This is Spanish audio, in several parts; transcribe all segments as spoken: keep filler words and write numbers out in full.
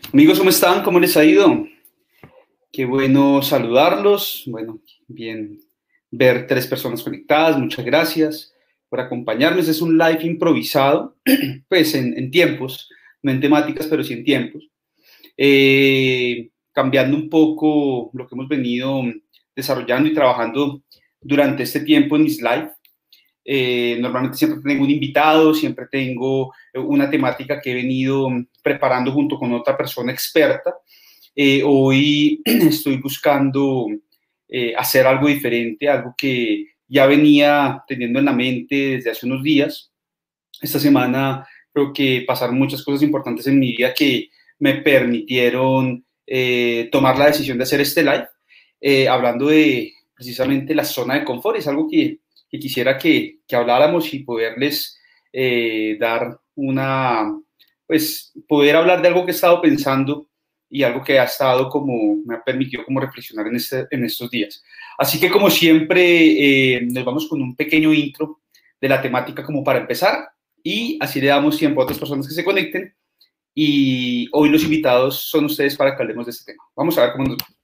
Amigos, ¿cómo están? ¿Cómo les ha ido? Qué bueno saludarlos. Bueno, bien ver tres personas conectadas. Muchas gracias por acompañarnos. Es un live improvisado, pues en, en tiempos, no en temáticas, pero sí en tiempos. Eh, cambiando un poco lo que hemos venido desarrollando y trabajando durante este tiempo en mis live. Eh, normalmente siempre tengo un invitado, siempre tengo una temática que he venido preparando junto con otra persona experta. Eh, hoy estoy buscando eh, hacer algo diferente, algo que ya venía teniendo en la mente desde hace unos días. Esta semana creo que pasaron muchas cosas importantes en mi vida que me permitieron eh, tomar la decisión de hacer este live, eh, hablando de precisamente la zona de confort. Es algo que, que quisiera que, que habláramos y poderles eh, dar una, pues poder hablar de algo que he estado pensando y algo que ha estado como, me ha permitido como reflexionar en, este, en estos días. Así que como siempre, eh, nos vamos con un pequeño intro de la temática como para empezar y así le damos tiempo a otras personas que se conecten y hoy los invitados son ustedes para que hablemos de este tema. Vamos a ver cómo nos va.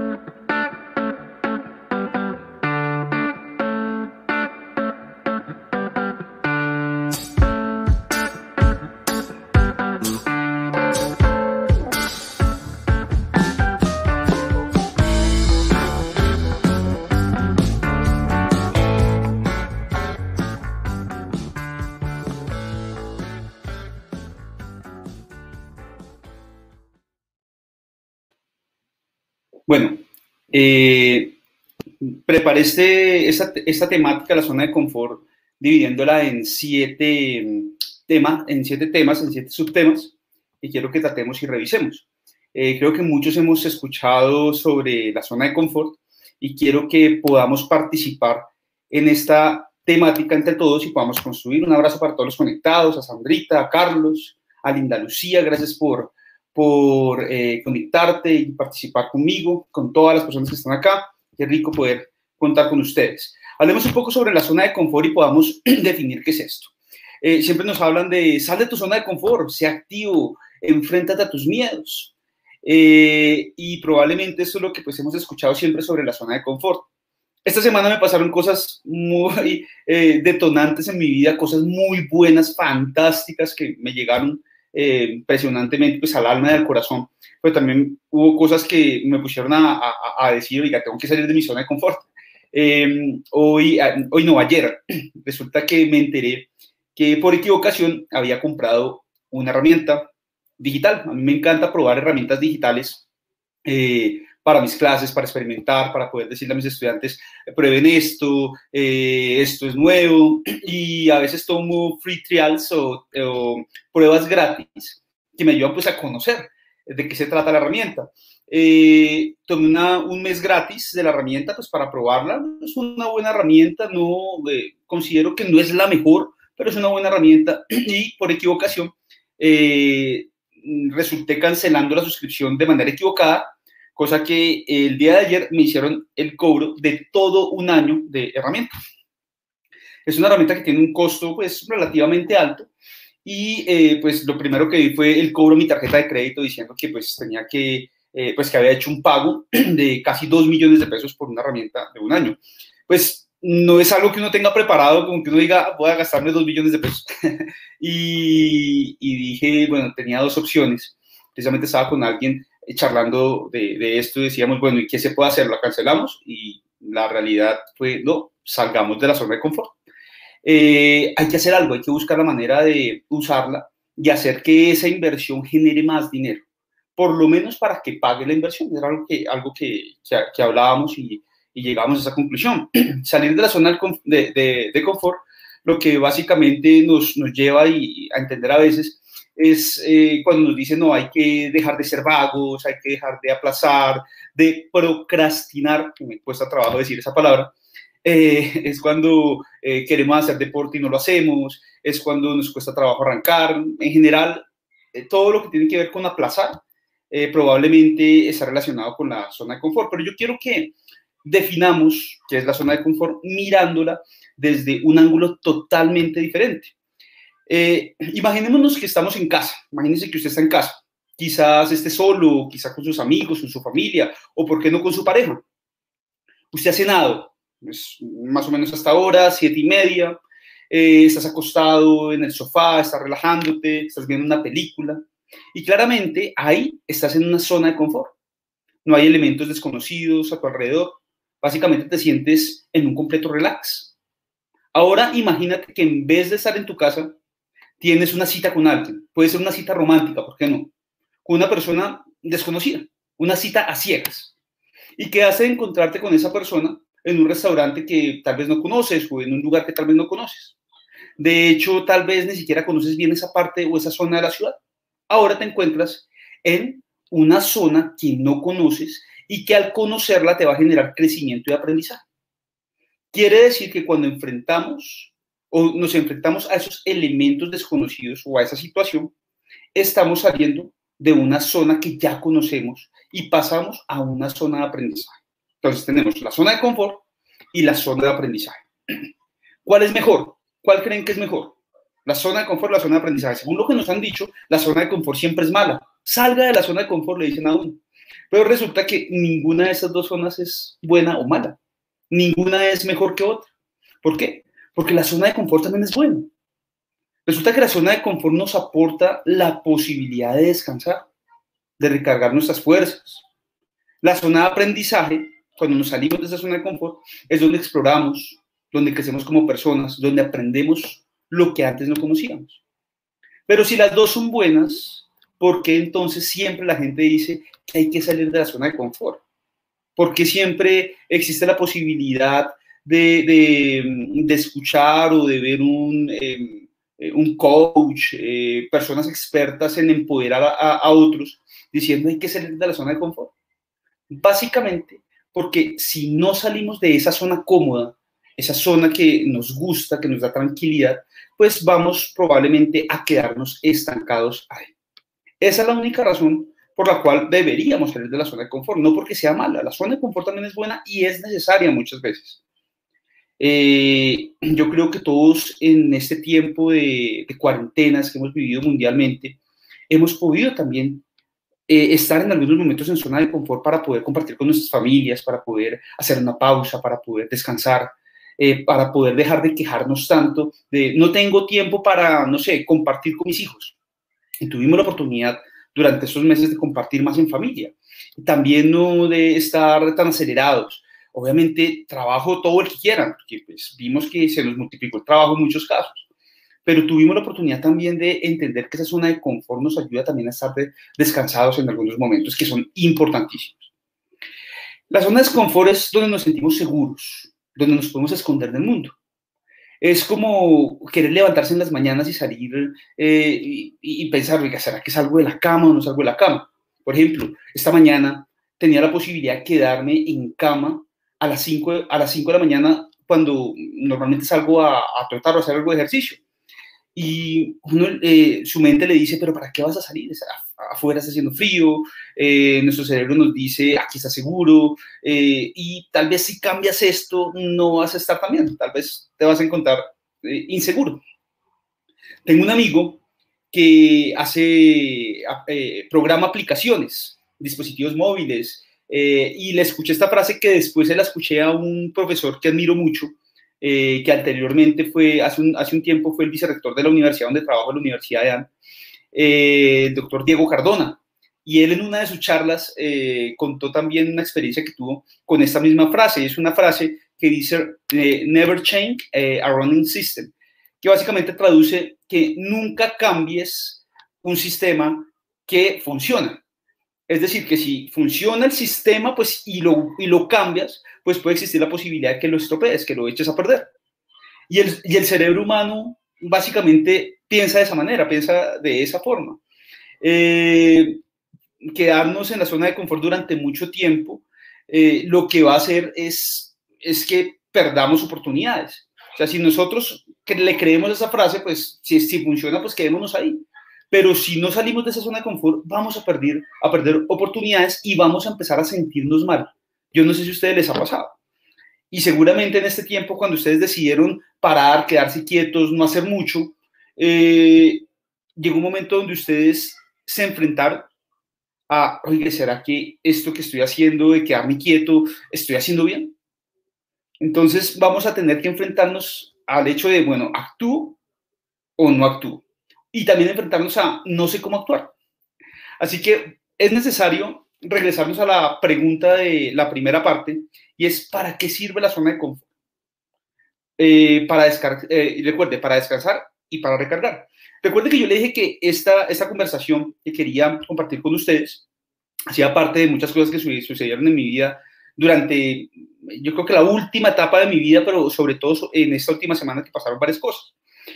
Bueno, eh, preparé este, esta, esta temática, la zona de confort, dividiéndola en siete, tema, en siete temas, en siete subtemas, y quiero que tratemos y revisemos. Eh, creo que muchos hemos escuchado sobre la zona de confort y quiero que podamos participar en esta temática entre todos y podamos construir. Un abrazo para todos los conectados, a Sandrita, a Carlos, a Linda Lucía, gracias por por eh, conectarte y participar conmigo, con todas las personas que están acá. Qué rico poder contar con ustedes. Hablemos un poco sobre la zona de confort y podamos definir qué es esto. Eh, siempre nos hablan de sal de tu zona de confort, sé activo, enfréntate a tus miedos. Eh, y probablemente eso es lo que pues, hemos escuchado siempre sobre la zona de confort. Esta semana me pasaron cosas muy eh, detonantes en mi vida, cosas muy buenas, fantásticas que me llegaron Eh, impresionantemente pues, al alma y al corazón, pero también hubo cosas que me pusieron a, a, a decir, oiga, tengo que salir de mi zona de confort. Eh, hoy, hoy no, ayer, resulta que me enteré que por equivocación había comprado una herramienta digital. A mí me encanta probar herramientas digitales eh, para mis clases, para experimentar, para poder decirle a mis estudiantes, prueben esto, eh, esto es nuevo, y a veces tomo free trials o, o pruebas gratis que me ayudan pues a conocer de qué se trata la herramienta. Eh, tomé una, un mes gratis de la herramienta pues para probarla. Es una buena herramienta, no eh, considero que no es la mejor, pero es una buena herramienta y por equivocación eh, resulté cancelando la suscripción de manera equivocada, cosa que el día de ayer me hicieron el cobro de todo un año de herramienta. Es una herramienta que tiene un costo pues relativamente alto y eh, pues lo primero que vi fue el cobro de mi tarjeta de crédito diciendo que pues tenía que, eh, pues que había hecho un pago de casi dos millones de pesos por una herramienta de un año. Pues no es algo que uno tenga preparado, como que uno diga, voy a gastarme dos millones de pesos. y, y dije, bueno, tenía dos opciones. Precisamente estaba con alguien charlando de, de esto y decíamos, bueno, ¿y qué se puede hacer? ¿La cancelamos? Y la realidad fue, no, salgamos de la zona de confort. Eh, hay que hacer algo, hay que buscar la manera de usarla y hacer que esa inversión genere más dinero, por lo menos para que pague la inversión. Era algo que, algo que, que, que hablábamos y, y llegamos a esa conclusión. Salir de la zona de, de, de confort, lo que básicamente nos, nos lleva y, a entender a veces es eh, cuando nos dicen, no, hay que dejar de ser vagos, hay que dejar de aplazar, de procrastinar, que me cuesta trabajo decir esa palabra. Eh, es cuando eh, queremos hacer deporte y no lo hacemos, es cuando nos cuesta trabajo arrancar. En general, eh, todo lo que tiene que ver con aplazar eh, probablemente está relacionado con la zona de confort, pero yo quiero que definamos qué es la zona de confort mirándola desde un ángulo totalmente diferente. Eh, imaginémonos que estamos en casa, imagínense que usted está en casa Quizás esté solo, quizás con sus amigos, con su familia, o por qué no con su pareja. Usted ha cenado, es más o menos hasta ahora, siete y media, eh, estás acostado en el sofá, estás relajándote, estás viendo una película, y claramente ahí estás en una zona de confort. No hay elementos desconocidos a tu alrededor. Básicamente te sientes en un completo relax. Ahora imagínate que en vez de estar en tu casa, tienes una cita con alguien. Puede ser una cita romántica, ¿por qué no? Con una persona desconocida, una cita a ciegas. ¿Y qué hace encontrarte con esa persona en un restaurante que tal vez no conoces o en un lugar que tal vez no conoces? De hecho, tal vez ni siquiera conoces bien esa parte o esa zona de la ciudad. Ahora te encuentras en una zona que no conoces y que al conocerla te va a generar crecimiento y aprendizaje. Quiere decir que cuando enfrentamos o nos enfrentamos a esos elementos desconocidos o a esa situación, estamos saliendo de una zona que ya conocemos y pasamos a una zona de aprendizaje. Entonces tenemos la zona de confort y la zona de aprendizaje. ¿Cuál es mejor? ¿Cuál creen que es mejor? La zona de confort o la zona de aprendizaje. Según lo que nos han dicho, la zona de confort siempre es mala. Salga de la zona de confort, le dicen a uno. Pero resulta que ninguna de esas dos zonas es buena o mala. Ninguna es mejor que otra. ¿Por qué? Porque la zona de confort también es buena. Resulta que la zona de confort nos aporta la posibilidad de descansar, de recargar nuestras fuerzas. La zona de aprendizaje, cuando nos salimos de esa zona de confort, es donde exploramos, donde crecemos como personas, donde aprendemos lo que antes no conocíamos. Pero si las dos son buenas, ¿por qué entonces siempre la gente dice que hay que salir de la zona de confort? ¿Por qué siempre existe la posibilidad de, de, de escuchar o de ver un, eh, un coach, eh, personas expertas en empoderar a, a otros, diciendo hay que salir de la zona de confort? Básicamente porque si no salimos de esa zona cómoda, esa zona que nos gusta, que nos da tranquilidad, pues vamos probablemente a quedarnos estancados ahí. Esa es la única razón por la cual deberíamos salir de la zona de confort, no porque sea mala. La zona de confort también es buena y es necesaria muchas veces. Eh, yo creo que todos en este tiempo de, de cuarentenas que hemos vivido mundialmente, hemos podido también eh, estar en algunos momentos en zona de confort para poder compartir con nuestras familias, para poder hacer una pausa, para poder descansar, eh, para poder dejar de quejarnos tanto de no tengo tiempo para, no sé, compartir con mis hijos. Y tuvimos la oportunidad durante esos meses de compartir más en familia. También no de estar tan acelerados. Obviamente, trabajo todo el que quieran, porque pues, vimos que se nos multiplicó el trabajo en muchos casos. Pero tuvimos la oportunidad también de entender que esa zona de confort nos ayuda también a estar de, descansados en algunos momentos que son importantísimos. La zona de confort es donde nos sentimos seguros, donde nos podemos esconder del mundo. Es como querer levantarse en las mañanas y salir eh, y, y pensar, oiga, ¿será que salgo de la cama o no salgo de la cama? Por ejemplo, esta mañana tenía la posibilidad de quedarme en cama a las cinco, a las cinco de la mañana cuando normalmente salgo a, a trotar o a hacer algo de ejercicio. Y uno, eh, su mente le dice, pero ¿para qué vas a salir? Afuera está haciendo frío, eh, nuestro cerebro nos dice, aquí está seguro, eh, y tal vez si cambias esto, no vas a estar tan bien, tal vez te vas a encontrar eh, inseguro. Tengo un amigo que hace, eh, programa aplicaciones, dispositivos móviles, eh, y le escuché esta frase que después se la escuché a un profesor que admiro mucho, Eh, que anteriormente fue, hace un, hace un tiempo fue el vicerrector de la universidad donde trabajo, la Universidad de A N, eh, el doctor Diego Cardona. Y él en una de sus charlas eh, contó también una experiencia que tuvo con esta misma frase. Es una frase que dice, eh, never change eh, a running system, que básicamente traduce que nunca cambies un sistema que funciona. Es decir, que si funciona el sistema pues, y, lo, y lo cambias, pues puede existir la posibilidad de que lo estropees, que lo eches a perder. Y el, y el cerebro humano básicamente piensa de esa manera, piensa de esa forma. Eh, quedarnos en la zona de confort durante mucho tiempo, eh, lo que va a hacer es, es que perdamos oportunidades. O sea, si nosotros le creemos esa frase, pues si, si funciona, pues quedémonos ahí. Pero si no salimos de esa zona de confort, vamos a perder, a perder oportunidades y vamos a empezar a sentirnos mal. Yo no sé si a ustedes les ha pasado. Y seguramente en este tiempo, cuando ustedes decidieron parar, quedarse quietos, no hacer mucho, eh, llegó un momento donde ustedes se enfrentaron a, oye, ¿será que esto que estoy haciendo de quedarme quieto, estoy haciendo bien? Entonces vamos a tener que enfrentarnos al hecho de, bueno, ¿actúo o no actúo? Y también enfrentarnos a no sé cómo actuar. Así que es necesario regresarnos a la pregunta de la primera parte, y es, ¿para qué sirve la zona de confort? Eh, para descargar, eh, recuerde, para descansar y para recargar. Recuerde que yo le dije que esta, esta conversación que quería compartir con ustedes hacía parte de muchas cosas que sucedieron en mi vida durante, yo creo que la última etapa de mi vida, pero sobre todo en esta última semana que pasaron varias cosas.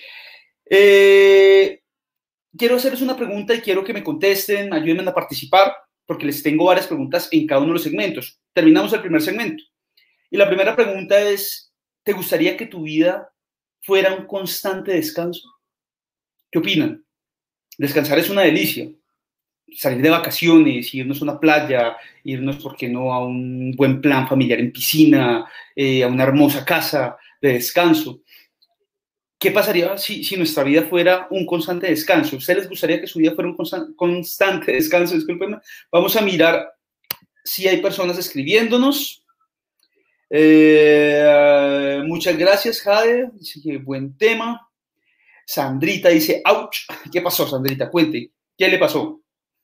Eh, quiero hacerles una pregunta y quiero que me contesten, ayúdenme a participar, porque les tengo varias preguntas en cada uno de los segmentos. Terminamos el primer segmento. Y la primera pregunta es, ¿te gustaría que tu vida fuera un constante descanso? ¿Qué opinan? Descansar es una delicia. Salir de vacaciones, irnos a una playa, irnos, ¿por qué no?, a un buen plan familiar en piscina, eh, a una hermosa casa de descanso. ¿Qué pasaría si, si nuestra vida fuera un constante descanso? ¿A ustedes les gustaría que su vida fuera un constan- constante descanso? Discúlpenme. Vamos a mirar si hay personas escribiéndonos. Eh, muchas gracias, Jade. Dice que buen tema. Sandrita dice, ouch. ¿Qué pasó, Sandrita? Cuente. ¿Qué le pasó?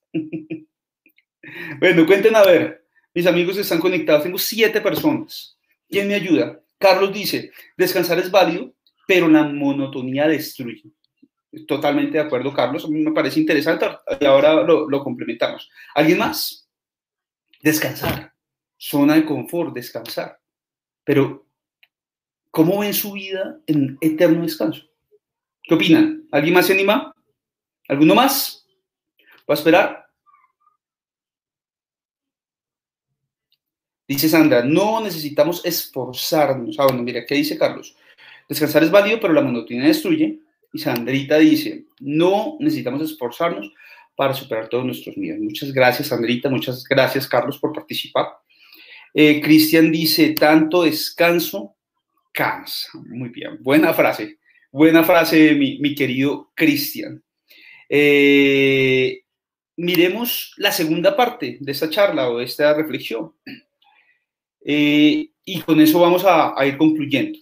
Bueno, cuenten a ver. Mis amigos están conectados. Tengo siete personas. ¿Quién me ayuda? Carlos dice, descansar es válido, pero la monotonía destruye. Totalmente de acuerdo, Carlos. A mí me parece interesante y ahora lo, lo complementamos. ¿Alguien más? Descansar. Zona de confort, descansar. Pero, ¿cómo ven su vida en eterno descanso? ¿Qué opinan? ¿Alguien más se anima? ¿Alguno más? ¿Va a esperar? Dice Sandra, no necesitamos esforzarnos. Ah, bueno, mira, ¿qué dice Carlos? Descansar es válido, pero la monotonía destruye. Y Sandrita dice, no necesitamos esforzarnos para superar todos nuestros miedos. Muchas gracias, Sandrita. Muchas gracias, Carlos, por participar. Eh, Cristian dice, tanto descanso cansa. Muy bien, buena frase. Buena frase, mi, mi querido Cristian. Eh, miremos la segunda parte de esta charla o de esta reflexión. Eh, y con eso vamos a, a ir concluyendo.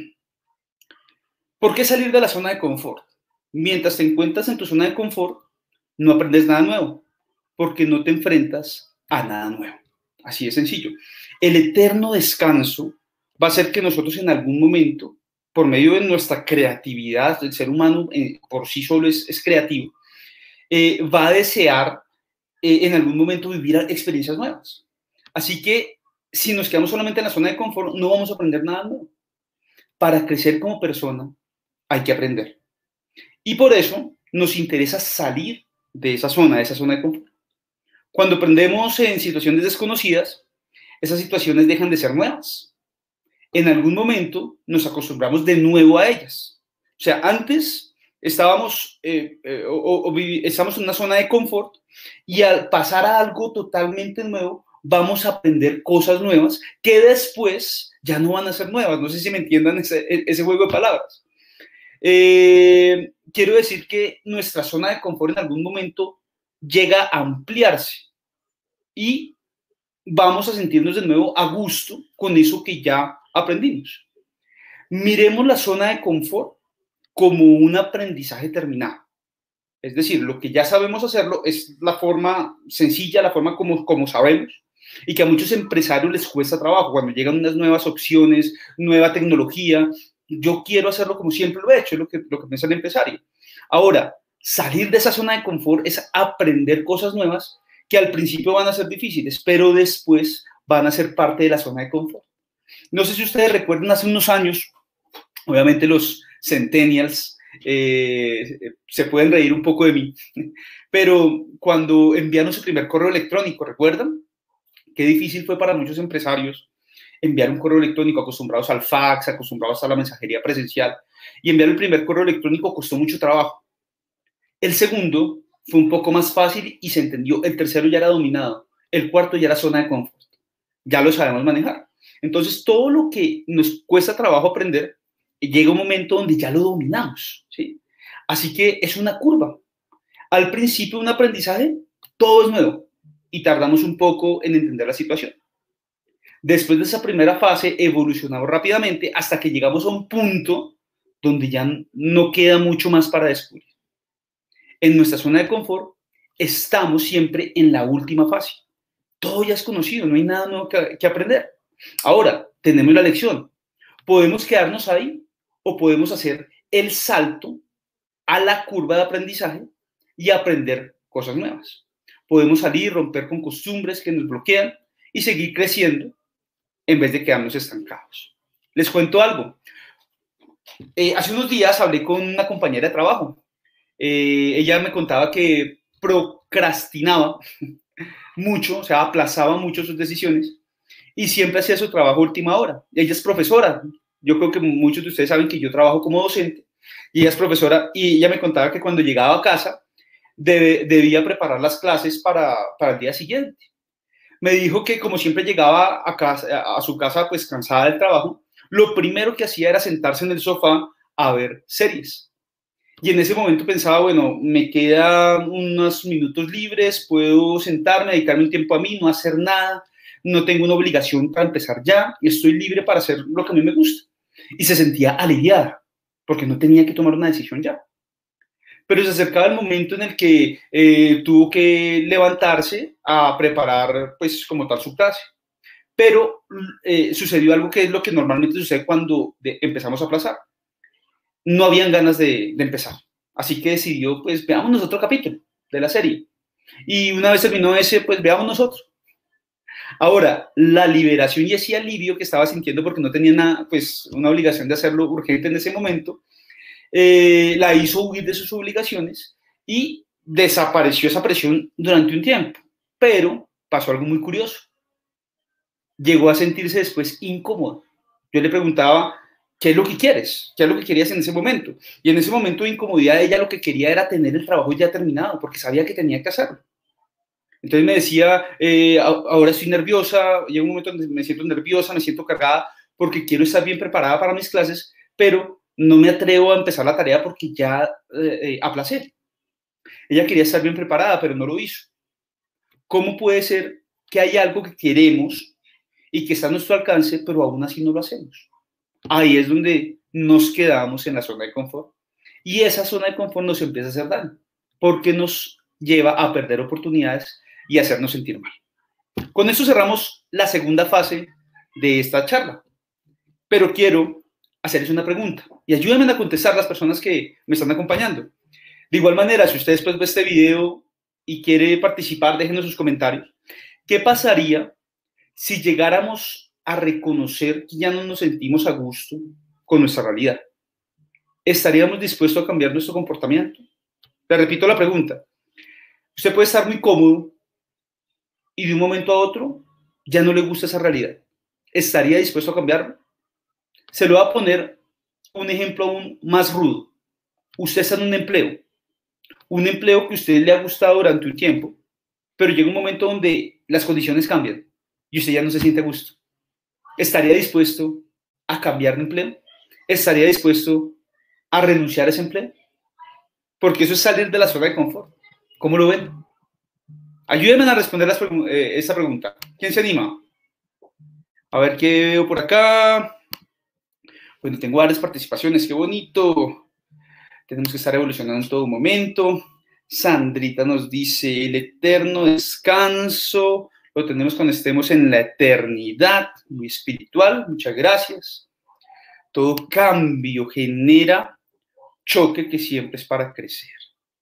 ¿Por qué salir de la zona de confort? Mientras te encuentras en tu zona de confort, no aprendes nada nuevo, porque no te enfrentas a nada nuevo. Así de sencillo. El eterno descanso va a hacer que nosotros en algún momento, por medio de nuestra creatividad, el ser humano eh, por sí solo es, es creativo, eh, va a desear eh, en algún momento vivir experiencias nuevas. Así que si nos quedamos solamente en la zona de confort, no vamos a aprender nada nuevo. Para crecer como persona hay que aprender. Y por eso nos interesa salir de esa zona, de esa zona de confort. Cuando aprendemos en situaciones desconocidas, esas situaciones dejan de ser nuevas. En algún momento nos acostumbramos de nuevo a ellas. O sea, antes estábamos, eh, eh, o, o, o estamos en una zona de confort y al pasar a algo totalmente nuevo, vamos a aprender cosas nuevas que después ya no van a ser nuevas. No sé si me entiendan ese, ese juego de palabras. Eh, quiero decir que nuestra zona de confort en algún momento llega a ampliarse y vamos a sentirnos de nuevo a gusto con eso que ya aprendimos. Miremos la zona de confort como un aprendizaje terminado. Es decir, lo que ya sabemos hacerlo es la forma sencilla, la forma como, como sabemos, y que a muchos empresarios les cuesta trabajo. Cuando llegan unas nuevas opciones, nueva tecnología, yo quiero hacerlo como siempre lo he hecho, es lo que, lo que piensa el empresario. Ahora, salir de esa zona de confort es aprender cosas nuevas que al principio van a ser difíciles, pero después van a ser parte de la zona de confort. No sé si ustedes recuerdan hace unos años, obviamente los centennials eh, se pueden reír un poco de mí, pero cuando enviaron su primer correo electrónico, ¿recuerdan? Qué difícil fue para muchos empresarios enviar un correo electrónico, acostumbrados al fax, acostumbrados a la mensajería presencial, y enviar el primer correo electrónico costó mucho trabajo. El segundo fue un poco más fácil y se entendió. El tercero ya era dominado. El cuarto ya era zona de confort. Ya lo sabemos manejar. Entonces, todo lo que nos cuesta trabajo aprender, llega un momento donde ya lo dominamos, ¿sí? Así que es una curva. Al principio de un aprendizaje, todo es nuevo. y tardamos un poco en entender la situación. Después de esa primera fase, evolucionamos rápidamente hasta que llegamos a un punto donde ya no queda mucho más para descubrir. En nuestra zona de confort, estamos siempre en la última fase. Todo ya es conocido, no hay nada nuevo que, que aprender. Ahora, tenemos la lección. Podemos quedarnos ahí o podemos hacer el salto a la curva de aprendizaje y aprender cosas nuevas. Podemos salir, romper con costumbres que nos bloquean y seguir creciendo en vez de quedarnos estancados. Les cuento algo. Eh, hace unos días hablé con una compañera de trabajo. Eh, ella me contaba que procrastinaba mucho, o sea, aplazaba mucho sus decisiones y siempre hacía su trabajo a última hora. Ella es profesora. Yo creo que muchos de ustedes saben que yo trabajo como docente y ella es profesora y ella me contaba que cuando llegaba a casa debe, debía preparar las clases para, para el día siguiente. Me dijo que como siempre llegaba a, casa, a su casa pues cansada del trabajo, lo primero que hacía era sentarse en el sofá a ver series. Y en ese momento pensaba, bueno, me quedan unos minutos libres, puedo sentarme, dedicarme un tiempo a mí, no hacer nada, no tengo una obligación para empezar ya, y estoy libre para hacer lo que a mí me gusta. Y se sentía aliviada, porque no tenía que tomar una decisión ya. Pero se acercaba el momento en el que eh, tuvo que levantarse a preparar, pues, como tal su clase. Pero eh, sucedió algo que es lo que normalmente sucede cuando de, empezamos a aplazar. No habían ganas de, de empezar. Así que decidió, pues, veámonos otro capítulo de la serie. Y una vez terminó ese, pues, veámonos otro. Ahora, la liberación y ese alivio que estaba sintiendo porque no tenía nada, pues, una obligación de hacerlo urgente en ese momento, eh, la hizo huir de sus obligaciones y desapareció esa presión durante un tiempo. Pero pasó algo muy curioso. Llegó a sentirse después incómodo. Yo le preguntaba, ¿qué es lo que quieres? ¿Qué es lo que querías en ese momento? Y en ese momento de incomodidad ella lo que quería era tener el trabajo ya terminado, porque sabía que tenía que hacerlo. Entonces me decía, eh, ahora estoy nerviosa, llega un momento donde me siento nerviosa, me siento cargada, porque quiero estar bien preparada para mis clases, pero no me atrevo a empezar la tarea porque ya eh, eh, aplacé. Ella quería estar bien preparada, pero no lo hizo. ¿Cómo puede ser que hay algo que queremos y que está a nuestro alcance, pero aún así no lo hacemos? Ahí es donde nos quedamos en la zona de confort. Y esa zona de confort nos empieza a hacer daño, porque nos lleva a perder oportunidades y a hacernos sentir mal. Con esto cerramos la segunda fase de esta charla. Pero quiero hacerles una pregunta y ayúdenme a contestar las personas que me están acompañando. De igual manera, si usted después ve este video y quiere participar, déjenos sus comentarios. ¿Qué pasaría si llegáramos a reconocer que ya no nos sentimos a gusto con nuestra realidad? ¿Estaríamos dispuestos a cambiar nuestro comportamiento? Le repito la pregunta. Usted puede estar muy cómodo y de un momento a otro ya no le gusta esa realidad. ¿Estaría dispuesto a cambiarlo? Se lo voy a poner un ejemplo aún más rudo. Usted está en un empleo, un empleo que a usted le ha gustado durante un tiempo, pero llega un momento donde las condiciones cambian y usted ya no se siente a gusto. ¿Estaría dispuesto a cambiar de empleo? ¿Estaría dispuesto a renunciar a ese empleo? Porque eso es salir de la zona de confort. ¿Cómo lo ven? Ayúdenme a responder las, eh, esta pregunta. ¿Quién se anima? A ver qué veo por acá. Bueno, tengo varias participaciones. ¡Qué bonito! Tenemos que estar evolucionando en todo momento. Sandrita nos dice, el eterno descanso lo tenemos cuando estemos en la eternidad. Muy espiritual. Muchas gracias. Todo cambio genera choque que siempre es para crecer.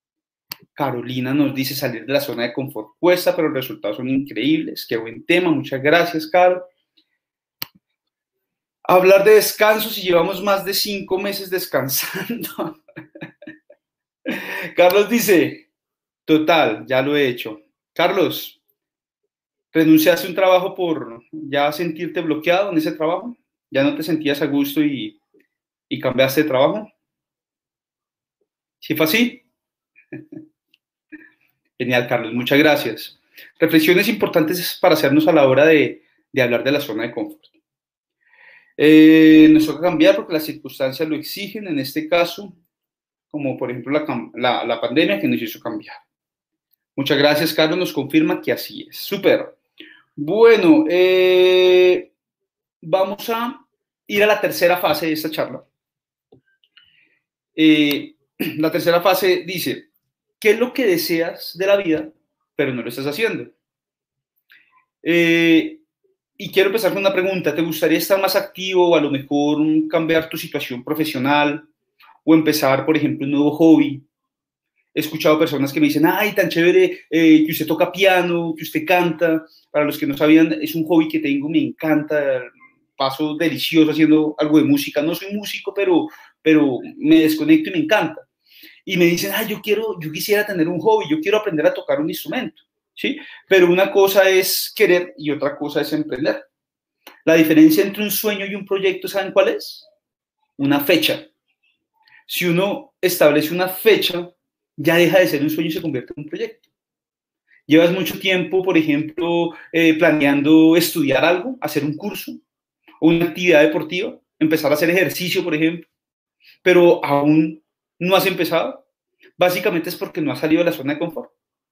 Carolina nos dice, salir de la zona de confort cuesta, pero los resultados son increíbles. Qué buen tema. Muchas gracias, Caro. Hablar de descanso si llevamos más de cinco meses descansando. Carlos dice, total, ya lo he hecho. Carlos, ¿renunciaste a un trabajo por ya sentirte bloqueado en ese trabajo? ¿Ya no te sentías a gusto y, y cambiaste de trabajo? ¿Sí fue así? Genial, Carlos, muchas gracias. Reflexiones importantes para hacernos a la hora de, de hablar de la zona de confort. Eh, nos toca cambiar porque las circunstancias lo exigen, en este caso, como por ejemplo la, la, la pandemia que nos hizo cambiar. Muchas gracias, Carlos. Nos confirma que así es. Súper. Bueno, eh, vamos a ir a la tercera fase de esta charla. Eh, la tercera fase dice, ¿qué es lo que deseas de la vida, pero no lo estás haciendo? Eh, y quiero empezar con una pregunta. ¿Te gustaría estar más activo o a lo mejor cambiar tu situación profesional o empezar, por ejemplo, un nuevo hobby? He escuchado personas que me dicen, ay, tan chévere eh, que usted toca piano, que usted canta. Para los que no sabían, es un hobby que tengo, me encanta. Paso delicioso haciendo algo de música. No soy músico, pero, pero me desconecto y me encanta. Y me dicen, ay, yo, quiero, yo quisiera tener un hobby, yo quiero aprender a tocar un instrumento. ¿Sí? Pero una cosa es querer y otra cosa es emprender. La diferencia entre un sueño y un proyecto, ¿saben cuál es? Una fecha. Si uno establece una fecha, ya deja de ser un sueño y se convierte en un proyecto. Llevas mucho tiempo, por ejemplo, eh, planeando estudiar algo, hacer un curso o una actividad deportiva, empezar a hacer ejercicio, por ejemplo, pero aún no has empezado. Básicamente es porque no has salido de la zona de confort.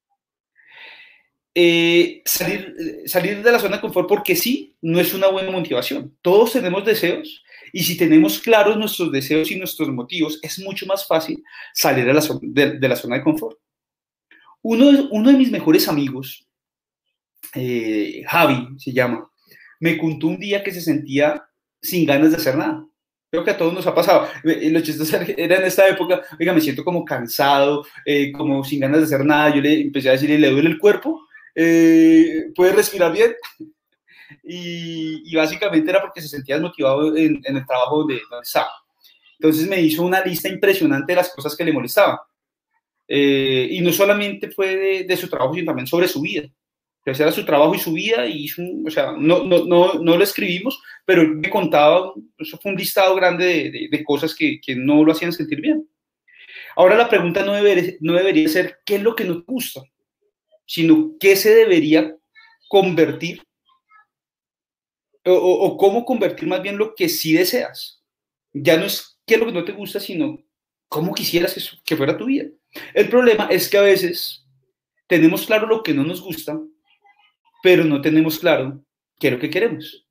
Eh, salir, salir de la zona de confort porque sí, no es una buena motivación. Todos tenemos deseos y si tenemos claros nuestros deseos y nuestros motivos, es mucho más fácil salir de la, de, de la zona de confort. Uno, uno de mis mejores amigos, eh, Javi se llama, me contó un día que se sentía sin ganas de hacer nada. Creo que a todos nos ha pasado. Lo chistoso era en esta época, oiga, me siento como cansado, eh, como sin ganas de hacer nada. Yo le empecé a decirle, ¿le duele el cuerpo? Eh, ¿Puede respirar bien? Y, y básicamente era porque se sentía desmotivado en, en el trabajo donde, donde estaba. Entonces me hizo una lista impresionante de las cosas que le molestaban. Eh, y no solamente fue de, de su trabajo, sino también sobre su vida. Entonces era su trabajo y su vida, y hizo un, o sea, no, no, no, no lo escribimos, pero él me contaba, eso fue un listado grande de, de, de cosas que, que no lo hacían sentir bien. Ahora la pregunta no, deber, no debería ser qué es lo que nos gusta, sino qué se debería convertir o, o, o cómo convertir más bien lo que sí deseas. Ya no es qué es lo que no te gusta, sino cómo quisieras que, que fuera tu vida. El problema es que a veces tenemos claro lo que no nos gusta, pero no tenemos claro qué es lo que queremos.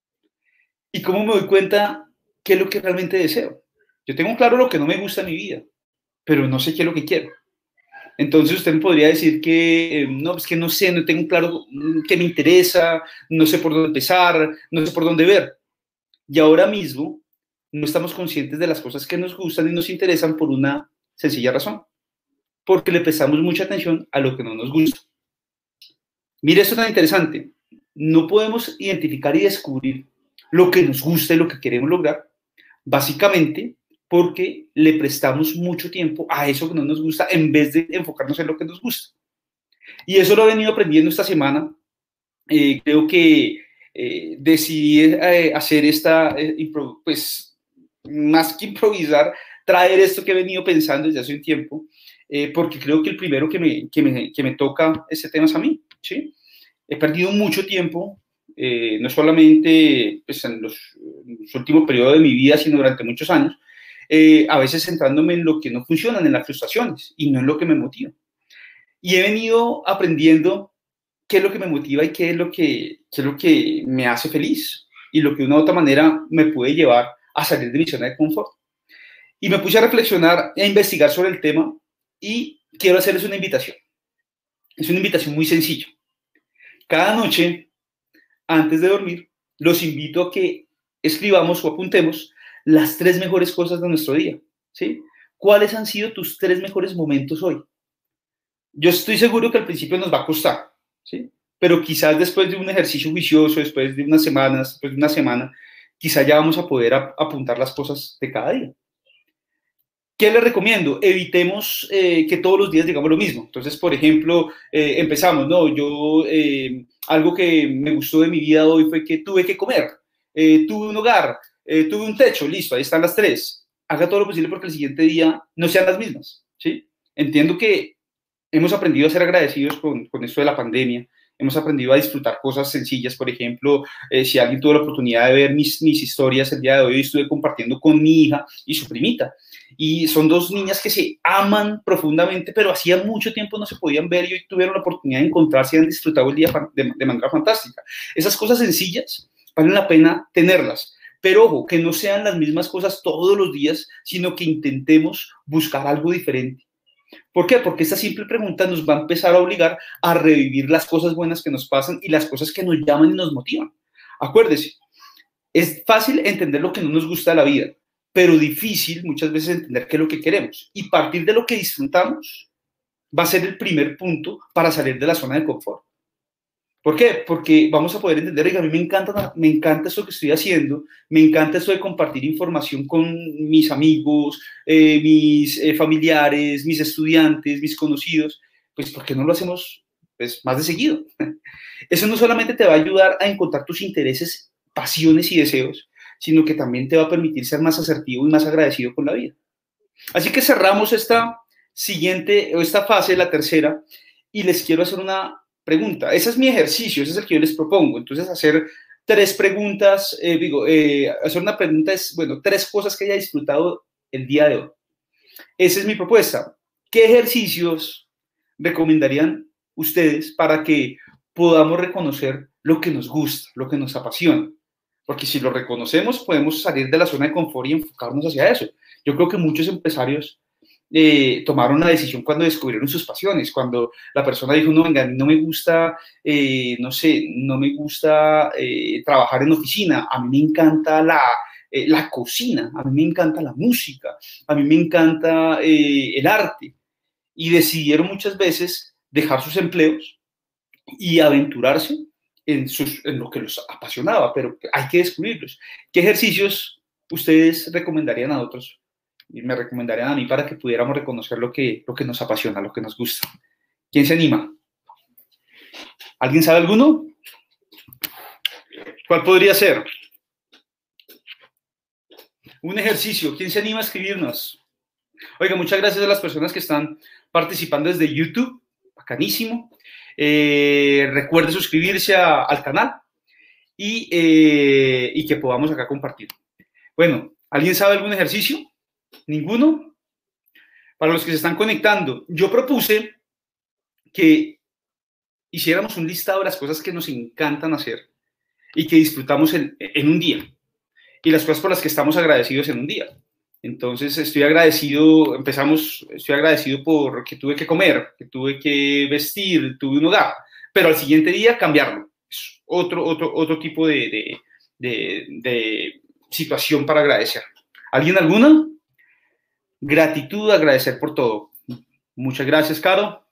¿Y cómo me doy cuenta qué es lo que realmente deseo? Yo tengo claro lo que no me gusta en mi vida, pero no sé qué es lo que quiero. Entonces usted me podría decir que, eh, no, es que no sé, no tengo claro qué me interesa, no sé por dónde empezar, no sé por dónde ver. Y ahora mismo no estamos conscientes de las cosas que nos gustan y nos interesan por una sencilla razón, porque le prestamos mucha atención a lo que no nos gusta. Mire, esto es tan interesante. No podemos identificar y descubrir lo que nos gusta y lo que queremos lograr, básicamente porque le prestamos mucho tiempo a eso que no nos gusta en vez de enfocarnos en lo que nos gusta. Y eso lo he venido aprendiendo esta semana. Eh, creo que eh, decidí eh, hacer esta, eh, pues, más que improvisar, traer esto que he venido pensando desde hace un tiempo, eh, porque creo que el primero que me, que me, que me toca ese tema es a mí, ¿sí? He perdido mucho tiempo, eh, no solamente pues, en, los, en los últimos periodos de mi vida, sino durante muchos años, eh, a veces centrándome en lo que no funciona, en las frustraciones, y no en lo que me motiva. Y he venido aprendiendo qué es lo que me motiva y qué es lo que, qué es lo que me hace feliz, y lo que de una u otra manera me puede llevar a salir de mi zona de confort. Y me puse a reflexionar e a investigar sobre el tema, y quiero hacerles una invitación. Es una invitación muy sencilla. Cada noche, antes de dormir, los invito a que escribamos o apuntemos las tres mejores cosas de nuestro día, ¿sí? ¿Cuáles han sido tus tres mejores momentos hoy? Yo estoy seguro que al principio nos va a costar, ¿sí? Pero quizás después de un ejercicio juicioso, después de unas semanas, después de una semana, quizás ya vamos a poder ap apuntar las cosas de cada día. ¿Qué les recomiendo? Evitemos eh, que todos los días digamos lo mismo. Entonces, por ejemplo, eh, empezamos, ¿no? Yo, eh, algo que me gustó de mi vida hoy fue que tuve que comer, eh, tuve un hogar, eh, tuve un techo, listo, ahí están las tres. Haga todo lo posible porque el siguiente día no sean las mismas, ¿sí? Entiendo que hemos aprendido a ser agradecidos con, con esto de la pandemia, hemos aprendido a disfrutar cosas sencillas. Por ejemplo, eh, si alguien tuvo la oportunidad de ver mis, mis historias el día de hoy, estuve compartiendo con mi hija y su primita. y son dos niñas que se aman profundamente, pero hacía mucho tiempo no se podían ver y hoy tuvieron la oportunidad de encontrarse y han disfrutado el día de, de manera fantástica. Esas cosas sencillas valen la pena tenerlas, pero ojo, que no sean las mismas cosas todos los días, sino que intentemos buscar algo diferente. ¿Por qué? Porque esta simple pregunta nos va a empezar a obligar a revivir las cosas buenas que nos pasan y las cosas que nos llaman y nos motivan. Acuérdese, es fácil entender lo que no nos gusta de la vida, pero difícil muchas veces entender qué es lo que queremos. Y partir de lo que disfrutamos va a ser el primer punto para salir de la zona de confort. ¿Por qué? Porque vamos a poder entender, oiga, a mí me encanta, me encanta esto que estoy haciendo, me encanta esto de compartir información con mis amigos, eh, mis eh, familiares, mis estudiantes, mis conocidos, pues ¿por qué no lo hacemos pues, más de seguido? Eso no solamente te va a ayudar a encontrar tus intereses, pasiones y deseos, sino que también te va a permitir ser más asertivo y más agradecido con la vida. Así que cerramos esta siguiente, o esta fase, la tercera, y les quiero hacer una pregunta. Ese es mi ejercicio, ese es el que yo les propongo. Entonces, hacer tres preguntas, eh, digo, eh, hacer una pregunta es, bueno, tres cosas que haya disfrutado el día de hoy. Esa es mi propuesta. ¿Qué ejercicios recomendarían ustedes para que podamos reconocer lo que nos gusta, lo que nos apasiona? Porque si lo reconocemos, podemos salir de la zona de confort y enfocarnos hacia eso. Yo creo que muchos empresarios Eh, tomaron una decisión cuando descubrieron sus pasiones, cuando la persona dijo, no, venga, no me gusta, eh, no sé, no me gusta eh, trabajar en oficina, a mí me encanta la, eh, la cocina, a mí me encanta la música, a mí me encanta eh, el arte, y decidieron muchas veces dejar sus empleos y aventurarse en, sus, en lo que los apasionaba, pero hay que descubrirlos. ¿Qué ejercicios ustedes recomendarían a otros? Y me recomendarían a mí para que pudiéramos reconocer lo que, lo que nos apasiona, lo que nos gusta. ¿Quién se anima? ¿Alguien sabe alguno? ¿Cuál podría ser? Un ejercicio. ¿Quién se anima a escribirnos? Oiga, muchas gracias a las personas que están participando desde YouTube. Bacanísimo. Eh, recuerde suscribirse a, al canal y, eh, y que podamos acá compartir. Bueno, ¿alguien sabe algún ejercicio? ¿Ninguno? Para los que se están conectando, yo propuse que hiciéramos un listado de las cosas que nos encantan hacer y que disfrutamos en, en un día y las cosas por las que estamos agradecidos en un día. Entonces, estoy agradecido, empezamos, estoy agradecido por que tuve que comer, que tuve que vestir, tuve un hogar, pero al siguiente día cambiarlo. Es otro, otro, otro tipo de, de, de, de situación para agradecer. ¿Alguien alguna? Gratitud, agradecer por todo. Muchas gracias, Caro.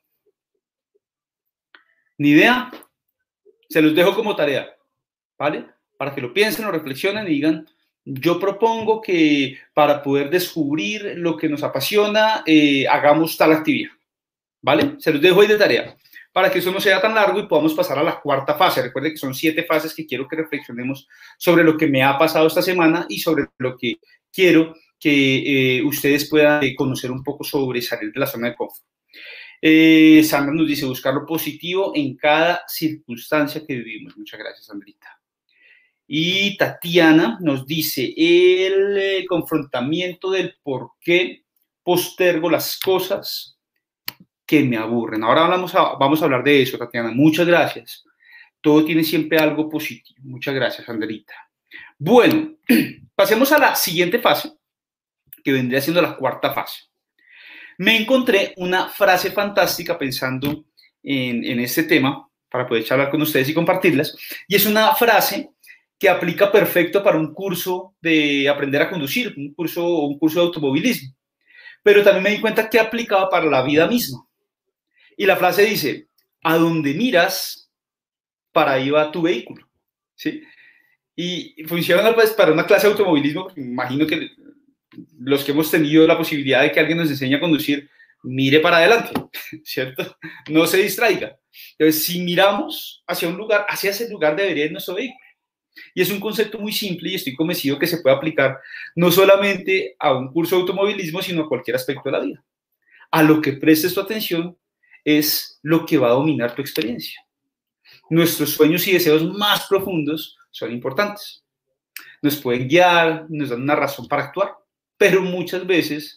Ni idea. Se los dejo como tarea, ¿vale? Para que lo piensen, lo reflexionen y digan, yo propongo que para poder descubrir lo que nos apasiona, eh, hagamos tal actividad, ¿vale? Se los dejo ahí de tarea, para que eso no sea tan largo y podamos pasar a la cuarta fase. Recuerden que son siete fases que quiero que reflexionemos sobre lo que me ha pasado esta semana y sobre lo que quiero que eh, ustedes puedan eh, conocer un poco sobre salir de la zona de confort. Eh, Sandra nos dice, buscar lo positivo en cada circunstancia que vivimos. Muchas gracias, Sandrita. Y Tatiana nos dice, el eh, confrontamiento del por qué postergo las cosas que me aburren. Ahora vamos a, vamos a hablar de eso, Tatiana. Muchas gracias. Todo tiene siempre algo positivo. Muchas gracias, Sandrita. Bueno, pasemos a la siguiente fase, que vendría siendo la cuarta fase. Me encontré una frase fantástica pensando en, en este tema para poder charlar con ustedes y compartirlas. Y es una frase que aplica perfecto para un curso de aprender a conducir, un curso, un curso de automovilismo. Pero también me di cuenta que aplicaba para la vida misma. Y la frase dice, a donde miras, para ahí va tu vehículo. ¿Sí? Y funciona pues para una clase de automovilismo, porque me imagino que los que hemos tenido la posibilidad de que alguien nos enseñe a conducir, mire para adelante, ¿cierto? No se distraiga. Entonces, si miramos hacia un lugar, hacia ese lugar debería ir nuestro vehículo. Y es un concepto muy simple y estoy convencido que se puede aplicar no solamente a un curso de automovilismo, sino a cualquier aspecto de la vida. A lo que prestes tu atención es lo que va a dominar tu experiencia. Nuestros sueños y deseos más profundos son importantes. Nos pueden guiar, nos dan una razón para actuar, pero muchas veces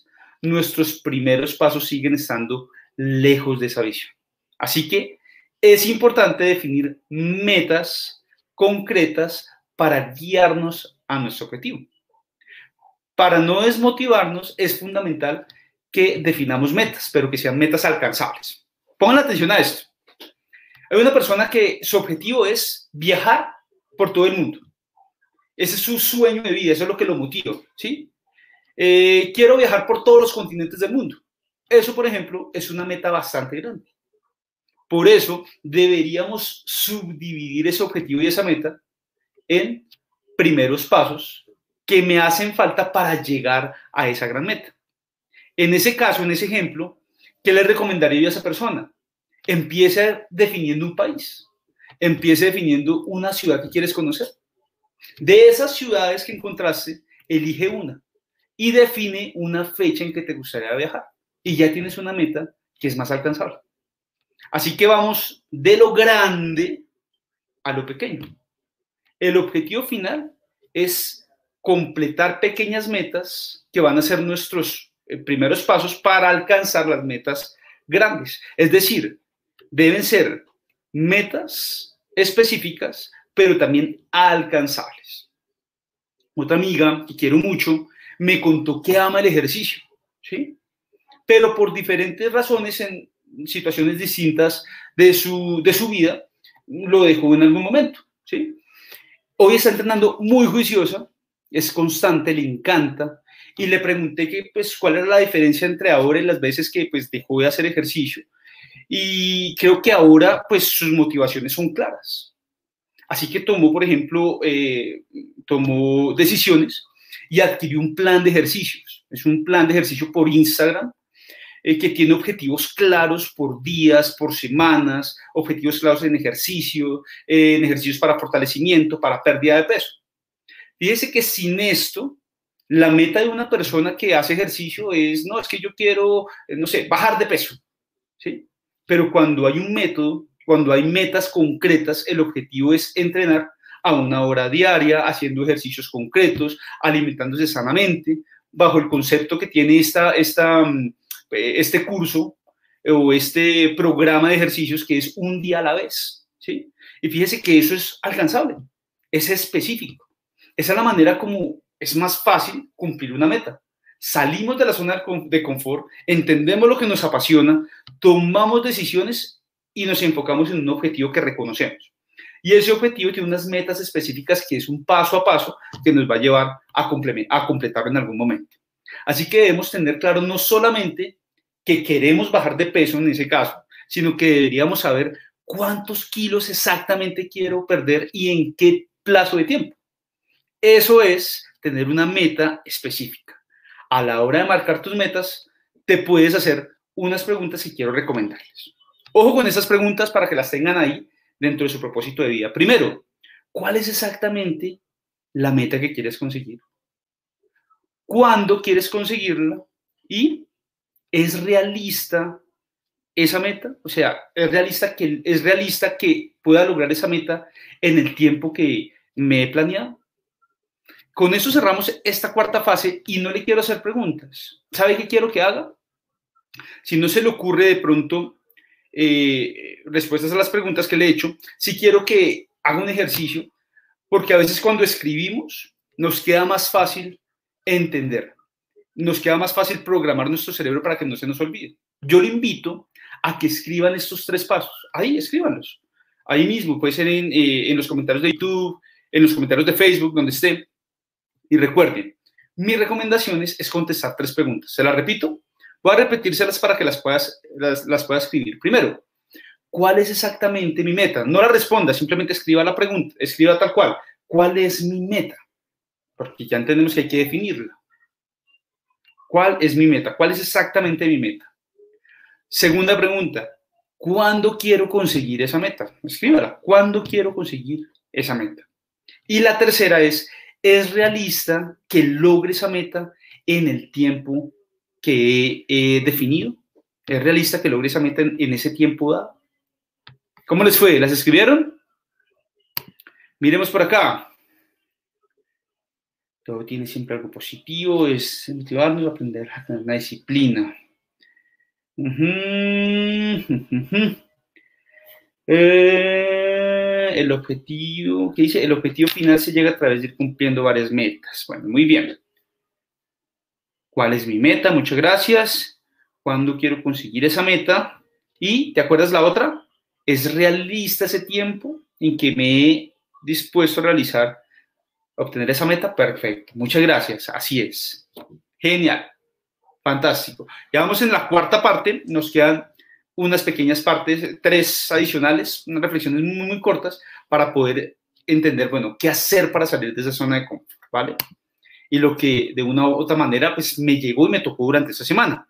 nuestros primeros pasos siguen estando lejos de esa visión. Así que es importante definir metas concretas para guiarnos a nuestro objetivo. Para no desmotivarnos, es fundamental que definamos metas, pero que sean metas alcanzables. Pongan atención a esto. Hay una persona que su objetivo es viajar por todo el mundo. Ese es su sueño de vida, eso es lo que lo motiva, ¿sí? Eh, quiero viajar por todos los continentes del mundo. Eso, por ejemplo, es una meta bastante grande. Por eso deberíamos subdividir ese objetivo y esa meta en primeros pasos que me hacen falta para llegar a esa gran meta. En ese caso, en ese ejemplo, ¿qué le recomendaría yo a esa persona? Empiece definiendo un país. Empiece definiendo una ciudad que quieres conocer. De esas ciudades que encontraste, elige una y define una fecha en que te gustaría viajar. Y ya tienes una meta que es más alcanzable. Así que vamos de lo grande a lo pequeño. El objetivo final es completar pequeñas metas que van a ser nuestros primeros pasos para alcanzar las metas grandes. Es decir, deben ser metas específicas, pero también alcanzables. Otra amiga que quiero mucho me contó que ama el ejercicio, ¿sí? Pero por diferentes razones, en situaciones distintas de su, de su vida, lo dejó en algún momento, ¿sí? Hoy está entrenando muy juiciosa, es constante, le encanta, y le pregunté que, pues, cuál era la diferencia entre ahora y las veces que, pues, dejó de hacer ejercicio, y creo que ahora, pues, sus motivaciones son claras. Así que tomó, por ejemplo, eh, tomó decisiones y adquirió un plan de ejercicios. Es un plan de ejercicio por Instagram, Eh, que tiene objetivos claros por días, por semanas, objetivos claros en ejercicio, eh, en ejercicios para fortalecimiento, para pérdida de peso. Fíjese que sin esto, la meta de una persona que hace ejercicio es, no, es que yo quiero, eh, no sé, bajar de peso, ¿sí? Pero cuando hay un método, cuando hay metas concretas, el objetivo es entrenar a una hora diaria, haciendo ejercicios concretos, alimentándose sanamente, bajo el concepto que tiene esta, esta este curso o este programa de ejercicios que es un día a la vez, ¿sí? Y fíjese que eso es alcanzable, es específico. Esa es la manera como es más fácil cumplir una meta. Salimos de la zona de confort, entendemos lo que nos apasiona, tomamos decisiones y nos enfocamos en un objetivo que reconocemos. Y ese objetivo tiene unas metas específicas que es un paso a paso que nos va a llevar a, a completarlo en algún momento. Así que debemos tener claro no solamente que queremos bajar de peso en ese caso, sino que deberíamos saber cuántos kilos exactamente quiero perder y en qué plazo de tiempo. Eso es tener una meta específica. A la hora de marcar tus metas, te puedes hacer unas preguntas que quiero recomendarles. Ojo con esas preguntas para que las tengan ahí dentro de su propósito de vida. Primero, ¿cuál es exactamente la meta que quieres conseguir? ¿Cuándo quieres conseguirla? Y ¿es realista esa meta? O sea, ¿es realista que, es realista que pueda lograr esa meta en el tiempo que me he planeado? Con eso cerramos esta cuarta fase y no le quiero hacer preguntas. ¿Sabe qué quiero que haga? Si no se le ocurre de pronto eh, respuestas a las preguntas que le he hecho, sí quiero que haga un ejercicio, porque a veces cuando escribimos nos queda más fácil entender. Nos queda más fácil programar nuestro cerebro para que no se nos olvide. Yo le invito a que escriban estos tres pasos. Ahí, escríbanlos. Ahí mismo, puede ser en, eh, en los comentarios de YouTube, en los comentarios de Facebook, donde esté. Y recuerden, mi recomendación es, es contestar tres preguntas. Se las repito. Voy a repetírselas para que las puedas, las, las puedas escribir. Primero, ¿cuál es exactamente mi meta? No la responda, simplemente escriba la pregunta, escriba tal cual. ¿Cuál es mi meta? Porque ya entendemos que hay que definirla. ¿Cuál es mi meta? ¿Cuál es exactamente mi meta? Segunda pregunta, ¿cuándo quiero conseguir esa meta? Escríbala, ¿cuándo quiero conseguir esa meta? Y la tercera es, ¿es realista que logre esa meta en el tiempo que he, he definido? ¿Es realista que logre esa meta en, en ese tiempo dado? ¿Cómo les fue? ¿Las escribieron? Miremos por acá. Todo tiene siempre algo positivo, es motivarnos a aprender a tener una disciplina. Uh-huh, uh-huh. Eh, el objetivo, ¿qué dice? El objetivo final se llega a través de ir cumpliendo varias metas. Bueno, muy bien. ¿Cuál es mi meta? Muchas gracias. ¿Cuándo quiero conseguir esa meta? Y, ¿te acuerdas la otra? ¿Es realista ese tiempo en que me he dispuesto a realizar, a obtener esa meta? Perfecto. Muchas gracias. Así es. Genial. Fantástico. Ya vamos en la cuarta parte. Nos quedan unas pequeñas partes, tres adicionales, unas reflexiones muy, muy cortas para poder entender, bueno, qué hacer para salir de esa zona de confort, ¿vale? Y lo que de una u otra manera, pues me llegó y me tocó durante esta semana.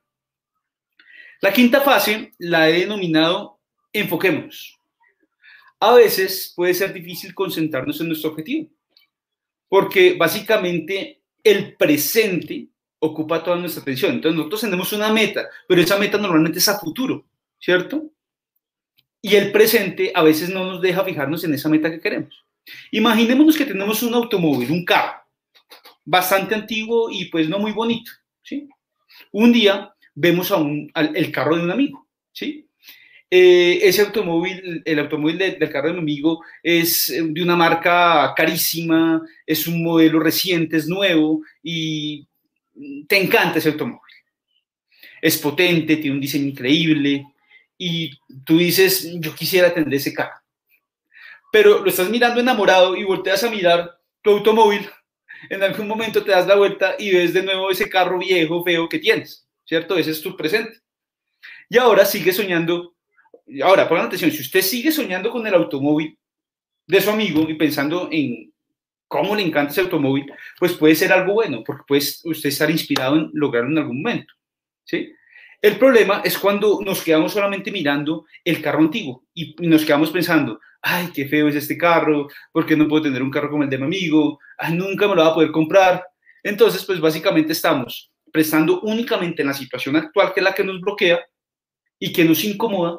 La quinta fase la he denominado enfoquémonos. A veces puede ser difícil concentrarnos en nuestro objetivo, porque básicamente el presente ocupa toda nuestra atención. Entonces nosotros tenemos una meta, pero esa meta normalmente es a futuro, ¿cierto? Y el presente a veces no nos deja fijarnos en esa meta que queremos. Imaginémonos que tenemos un automóvil, un carro, bastante antiguo y pues no muy bonito, ¿sí? Un día vemos a un, al, el carro de un amigo, ¿sí? Eh, ese automóvil, el automóvil de, del carro de mi amigo es de una marca carísima, es un modelo reciente, es nuevo y te encanta ese automóvil. Es potente, tiene un diseño increíble y tú dices, yo quisiera tener ese carro. Pero lo estás mirando enamorado y volteas a mirar tu automóvil, en algún momento te das la vuelta y ves de nuevo ese carro viejo, feo que tienes, ¿cierto? Ese es tu presente. Y ahora sigue soñando. Ahora, pongan atención, si usted sigue soñando con el automóvil de su amigo y pensando en cómo le encanta ese automóvil, pues puede ser algo bueno, porque puede usted estar inspirado en lograrlo en algún momento, ¿sí? El problema es cuando nos quedamos solamente mirando el carro antiguo y nos quedamos pensando, ay, qué feo es este carro, ¿por qué no puedo tener un carro como el de mi amigo? Ay, nunca me lo va a poder comprar. Entonces, pues básicamente estamos prestando únicamente en la situación actual, que es la que nos bloquea y que nos incomoda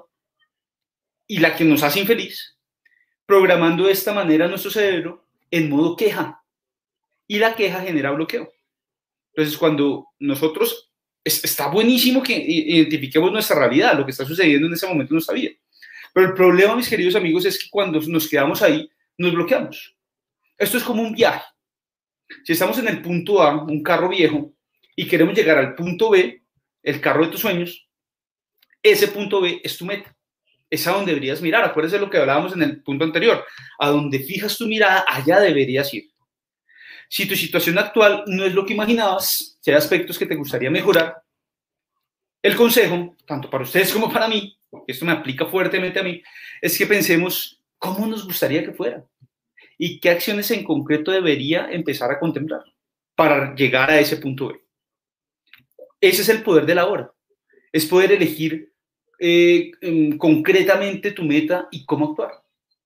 y la que nos hace infeliz, programando de esta manera nuestro cerebro en modo queja. Y la queja genera bloqueo. Entonces, cuando nosotros, es, está buenísimo que identifiquemos nuestra realidad, lo que está sucediendo en ese momento en nuestra vida. Pero el problema, mis queridos amigos, es que cuando nos quedamos ahí, nos bloqueamos. Esto es como un viaje. Si estamos en el punto A, un carro viejo, y queremos llegar al punto B, el carro de tus sueños, ese punto B es tu meta. Es a donde deberías mirar. Acuérdense de lo que hablábamos en el punto anterior. A donde fijas tu mirada, allá deberías ir. Si tu situación actual no es lo que imaginabas, si hay aspectos que te gustaría mejorar, el consejo, tanto para ustedes como para mí, porque esto me aplica fuertemente a mí, es que pensemos cómo nos gustaría que fuera y qué acciones en concreto debería empezar a contemplar para llegar a ese punto B. Ese es el poder de la hora. Es poder elegir eh, concretamente tu meta y cómo actuar.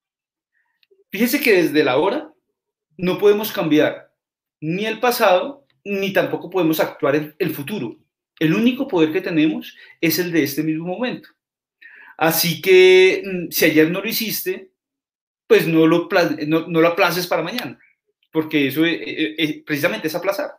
Fíjese que desde la hora no podemos cambiar ni el pasado, ni tampoco podemos actuar en el futuro. El único poder que tenemos es el de este mismo momento. Así que si ayer no lo hiciste, pues no lo, no, no lo aplaces para mañana, porque eso es, es, precisamente es aplazar.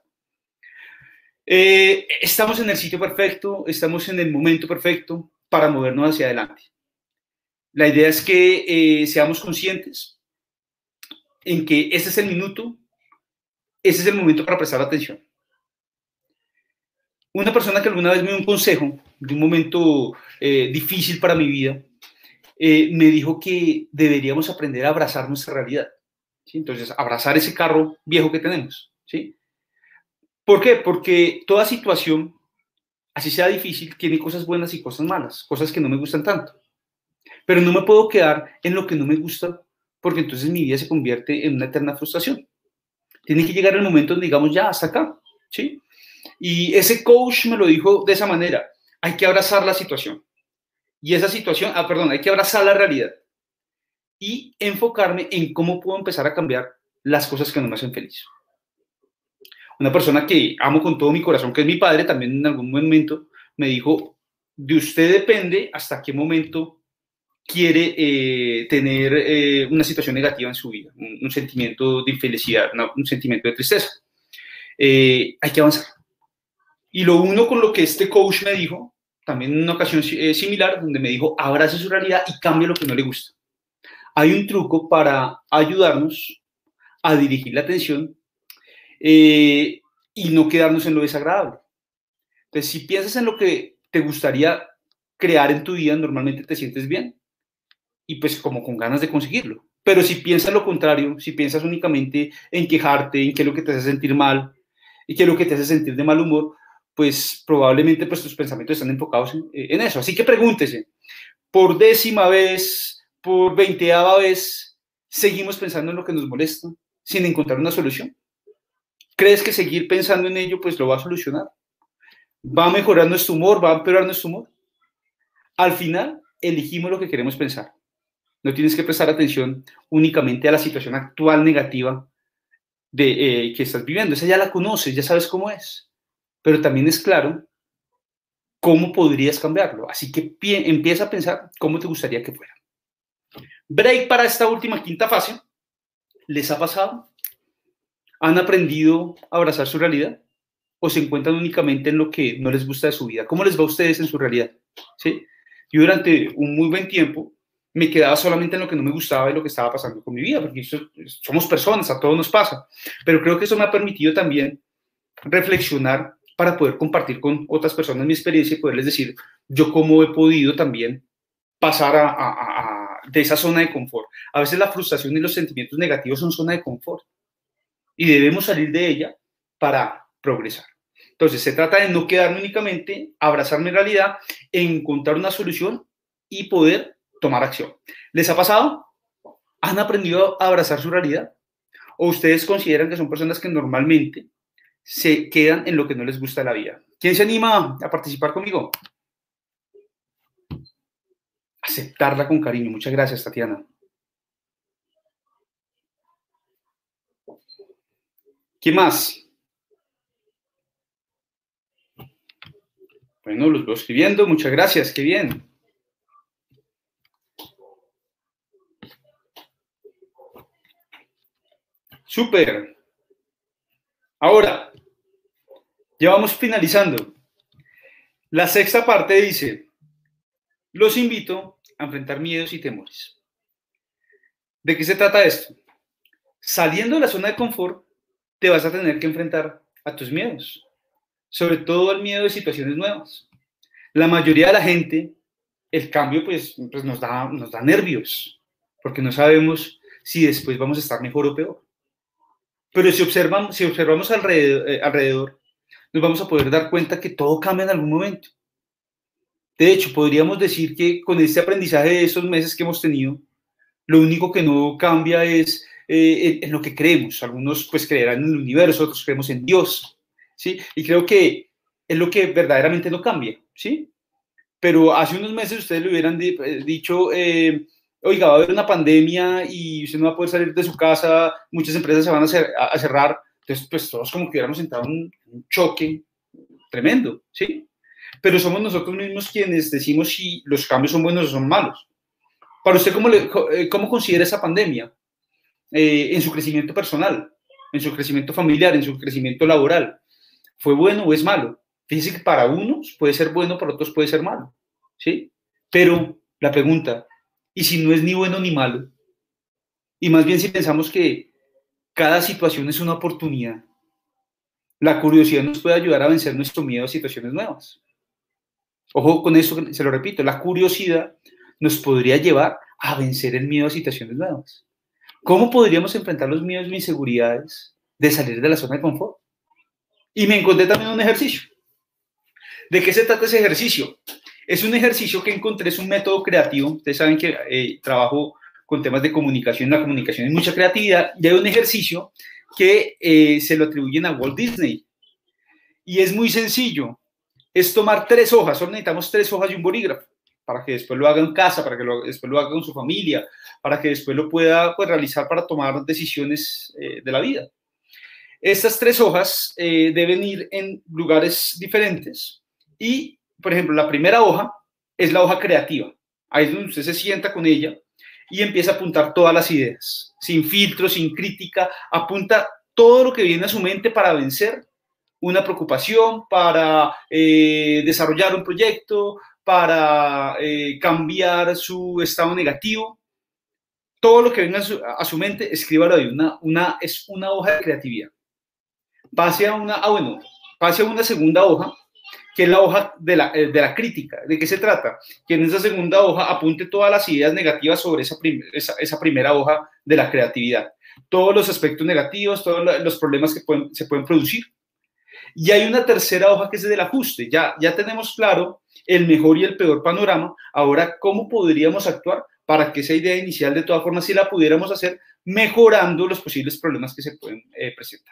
Eh, estamos en el sitio perfecto, estamos en el momento perfecto para movernos hacia adelante. La idea es que eh, seamos conscientes en que ese es el minuto, ese es el momento para prestar atención. Una persona que alguna vez me dio un consejo de un momento eh, difícil para mi vida, eh, me dijo que deberíamos aprender a abrazar nuestra realidad, ¿sí? Entonces, abrazar ese carro viejo que tenemos, ¿sí? ¿Por qué? Porque toda situación, así sea difícil, tiene cosas buenas y cosas malas, cosas que no me gustan tanto. Pero no me puedo quedar en lo que no me gusta, porque entonces mi vida se convierte en una eterna frustración. Tiene que llegar el momento donde digamos, ya, hasta acá, ¿sí? Y ese coach me lo dijo de esa manera, hay que abrazar la situación. Y esa situación, ah, perdón, hay que abrazar la realidad y enfocarme en cómo puedo empezar a cambiar las cosas que no me hacen feliz. Una persona que amo con todo mi corazón, que es mi padre, también en algún momento me dijo, de usted depende hasta qué momento quiere eh, tener eh, una situación negativa en su vida, un, un sentimiento de infelicidad, no, un sentimiento de tristeza. eh, hay que avanzar. Y lo uno con lo que este coach me dijo, también en una ocasión eh, similar, donde me dijo, abrace su realidad y cambie lo que no le gusta. Hay un truco para ayudarnos a dirigir la atención eh, y no quedarnos en lo desagradable. Entonces, si piensas en lo que te gustaría crear en tu vida, normalmente te sientes bien y pues como con ganas de conseguirlo. Pero si piensas lo contrario, si piensas únicamente en quejarte, en qué es lo que te hace sentir mal y qué es lo que te hace sentir de mal humor, pues probablemente pues, tus pensamientos están enfocados en, en eso. Así que pregúntese, por décima vez, por veinteava vez, ¿seguimos pensando en lo que nos molesta sin encontrar una solución? ¿Crees que seguir pensando en ello pues lo va a solucionar? ¿Va a mejorar nuestro humor? ¿Va a empeorar nuestro humor? Al final, elegimos lo que queremos pensar. No tienes que prestar atención únicamente a la situación actual negativa de, eh, que estás viviendo. Esa ya la conoces, ya sabes cómo es. Pero también es claro cómo podrías cambiarlo. Así que empieza a pensar cómo te gustaría que fuera. Break para esta última quinta fase. ¿Les ha pasado? ¿Han aprendido a abrazar su realidad? ¿O se encuentran únicamente en lo que no les gusta de su vida? ¿Cómo les va a ustedes en su realidad? ¿Sí? Yo durante un muy buen tiempo me quedaba solamente en lo que no me gustaba y lo que estaba pasando con mi vida, porque eso, somos personas, a todos nos pasa. Pero creo que eso me ha permitido también reflexionar para poder compartir con otras personas mi experiencia y poderles decir yo cómo he podido también pasar a, a, a, de esa zona de confort. A veces la frustración y los sentimientos negativos son zona de confort y debemos salir de ella para progresar. Entonces, se trata de no quedarme únicamente, abrazar mi realidad, encontrar una solución y poder tomar acción. ¿Les ha pasado? ¿Han aprendido a abrazar su realidad? ¿O ustedes consideran que son personas que normalmente se quedan en lo que no les gusta de la vida? ¿Quién se anima a participar conmigo? Aceptarla con cariño. Muchas gracias, Tatiana. ¿Quién más? Bueno, los veo escribiendo. Muchas gracias. Qué bien. Súper. Ahora, ya vamos finalizando. La sexta parte dice, los invito a enfrentar miedos y temores. ¿De qué se trata esto? Saliendo de la zona de confort, te vas a tener que enfrentar a tus miedos, sobre todo al miedo de situaciones nuevas. La mayoría de la gente, el cambio pues, pues nos, da, nos da nervios, porque no sabemos si después vamos a estar mejor o peor. Pero si observamos, si observamos alrededor, eh, alrededor, nos vamos a poder dar cuenta que todo cambia en algún momento. De hecho, podríamos decir que con este aprendizaje de esos meses que hemos tenido, lo único que no cambia es eh, en, en lo que creemos. Algunos pues creerán en el universo, otros creemos en Dios, ¿sí? Y creo que es lo que verdaderamente no cambia, ¿sí? Pero hace unos meses ustedes le hubieran di dicho, eh, oiga, va a haber una pandemia y usted no va a poder salir de su casa, muchas empresas se van a, cer a cerrar, entonces pues todos como que hubiéramos entrado en un choque tremendo, ¿sí? Pero somos nosotros mismos quienes decimos si los cambios son buenos o son malos. Para usted, ¿cómo, le, cómo considera esa pandemia eh, en su crecimiento personal, en su crecimiento familiar, en su crecimiento laboral? ¿Fue bueno o es malo? Fíjese que para unos puede ser bueno, para otros puede ser malo, ¿sí? Pero la pregunta, ¿y si no es ni bueno ni malo? Y más bien si pensamos que cada situación es una oportunidad, la curiosidad nos puede ayudar a vencer nuestro miedo a situaciones nuevas. Ojo con eso, se lo repito, la curiosidad nos podría llevar a vencer el miedo a situaciones nuevas. ¿Cómo podríamos enfrentar los miedos y inseguridades de salir de la zona de confort? Y me encontré también un ejercicio. ¿De qué se trata ese ejercicio? Es un ejercicio que encontré, es un método creativo. Ustedes saben que eh, trabajo con temas de comunicación, la comunicación es mucha creatividad, y hay un ejercicio que eh, se lo atribuyen a Walt Disney. Y es muy sencillo. Es tomar tres hojas, solo necesitamos tres hojas y un bolígrafo, para que después lo haga en casa, para que lo, después lo haga con su familia, para que después lo pueda pues, realizar para tomar decisiones eh, de la vida. Estas tres hojas eh, deben ir en lugares diferentes y, por ejemplo, la primera hoja es la hoja creativa. Ahí es donde usted se sienta con ella y empieza a apuntar todas las ideas, sin filtro, sin crítica, apunta todo lo que viene a su mente para vencer una preocupación, para eh, desarrollar un proyecto, para eh, cambiar su estado negativo. Todo lo que venga a su, a su mente, escríbalo ahí. Una, una, es una hoja de creatividad. Pase a una, ah, bueno, pase a una segunda hoja, que es la hoja de la, de la crítica. ¿De qué se trata? Que en esa segunda hoja apunte todas las ideas negativas sobre esa, prim esa, esa primera hoja de la creatividad. Todos los aspectos negativos, todos los problemas que pueden, se pueden producir. Y hay una tercera hoja que es del ajuste. Ya, ya tenemos claro el mejor y el peor panorama. Ahora, ¿cómo podríamos actuar para que esa idea inicial, de todas formas, si la pudiéramos hacer, mejorando los posibles problemas que se pueden eh, presentar?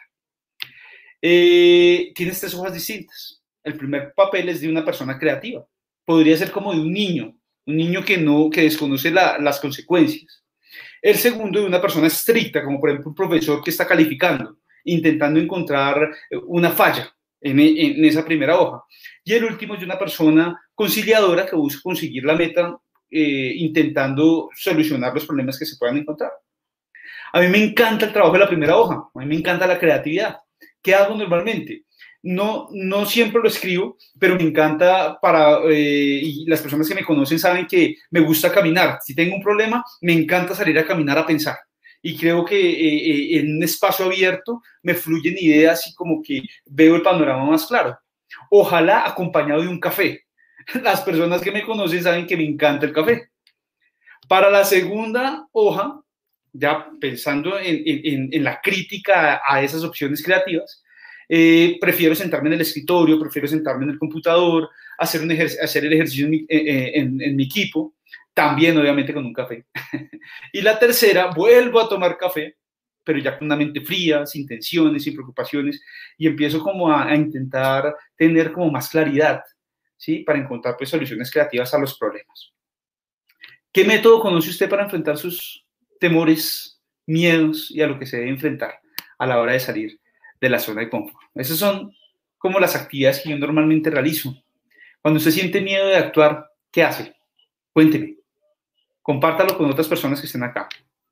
Eh, tienes tres hojas distintas. El primer papel es de una persona creativa. Podría ser como de un niño, un niño que, no, que desconoce la, las consecuencias. El segundo, de una persona estricta, como por ejemplo un profesor que está calificando, intentando encontrar una falla en, en esa primera hoja. Y el último es de una persona conciliadora que busca conseguir la meta, eh, intentando solucionar los problemas que se puedan encontrar. A mí me encanta el trabajo de la primera hoja, a mí me encanta la creatividad. ¿Qué hago normalmente? No, no siempre lo escribo, pero me encanta para, eh, y las personas que me conocen saben que me gusta caminar. Si tengo un problema, me encanta salir a caminar a pensar. Y creo que eh, en un espacio abierto me fluyen ideas y como que veo el panorama más claro. Ojalá acompañado de un café. Las personas que me conocen saben que me encanta el café. Para la segunda hoja, ya pensando en, en, en la crítica a esas opciones creativas, eh, prefiero sentarme en el escritorio, prefiero sentarme en el computador, hacer, un hacer el ejercicio en mi, en, en mi equipo, también obviamente con un café. Y la tercera, vuelvo a tomar café, pero ya con una mente fría, sin tensiones, sin preocupaciones, y empiezo como a, a intentar tener como más claridad, ¿sí? Para encontrar pues soluciones creativas a los problemas. ¿Qué método conoce usted para enfrentar sus temores, miedos y a lo que se debe enfrentar a la hora de salir de la zona de confort? Esas son como las actividades que yo normalmente realizo. Cuando usted siente miedo de actuar, ¿qué hace? Cuénteme. Compártalo con otras personas que estén acá.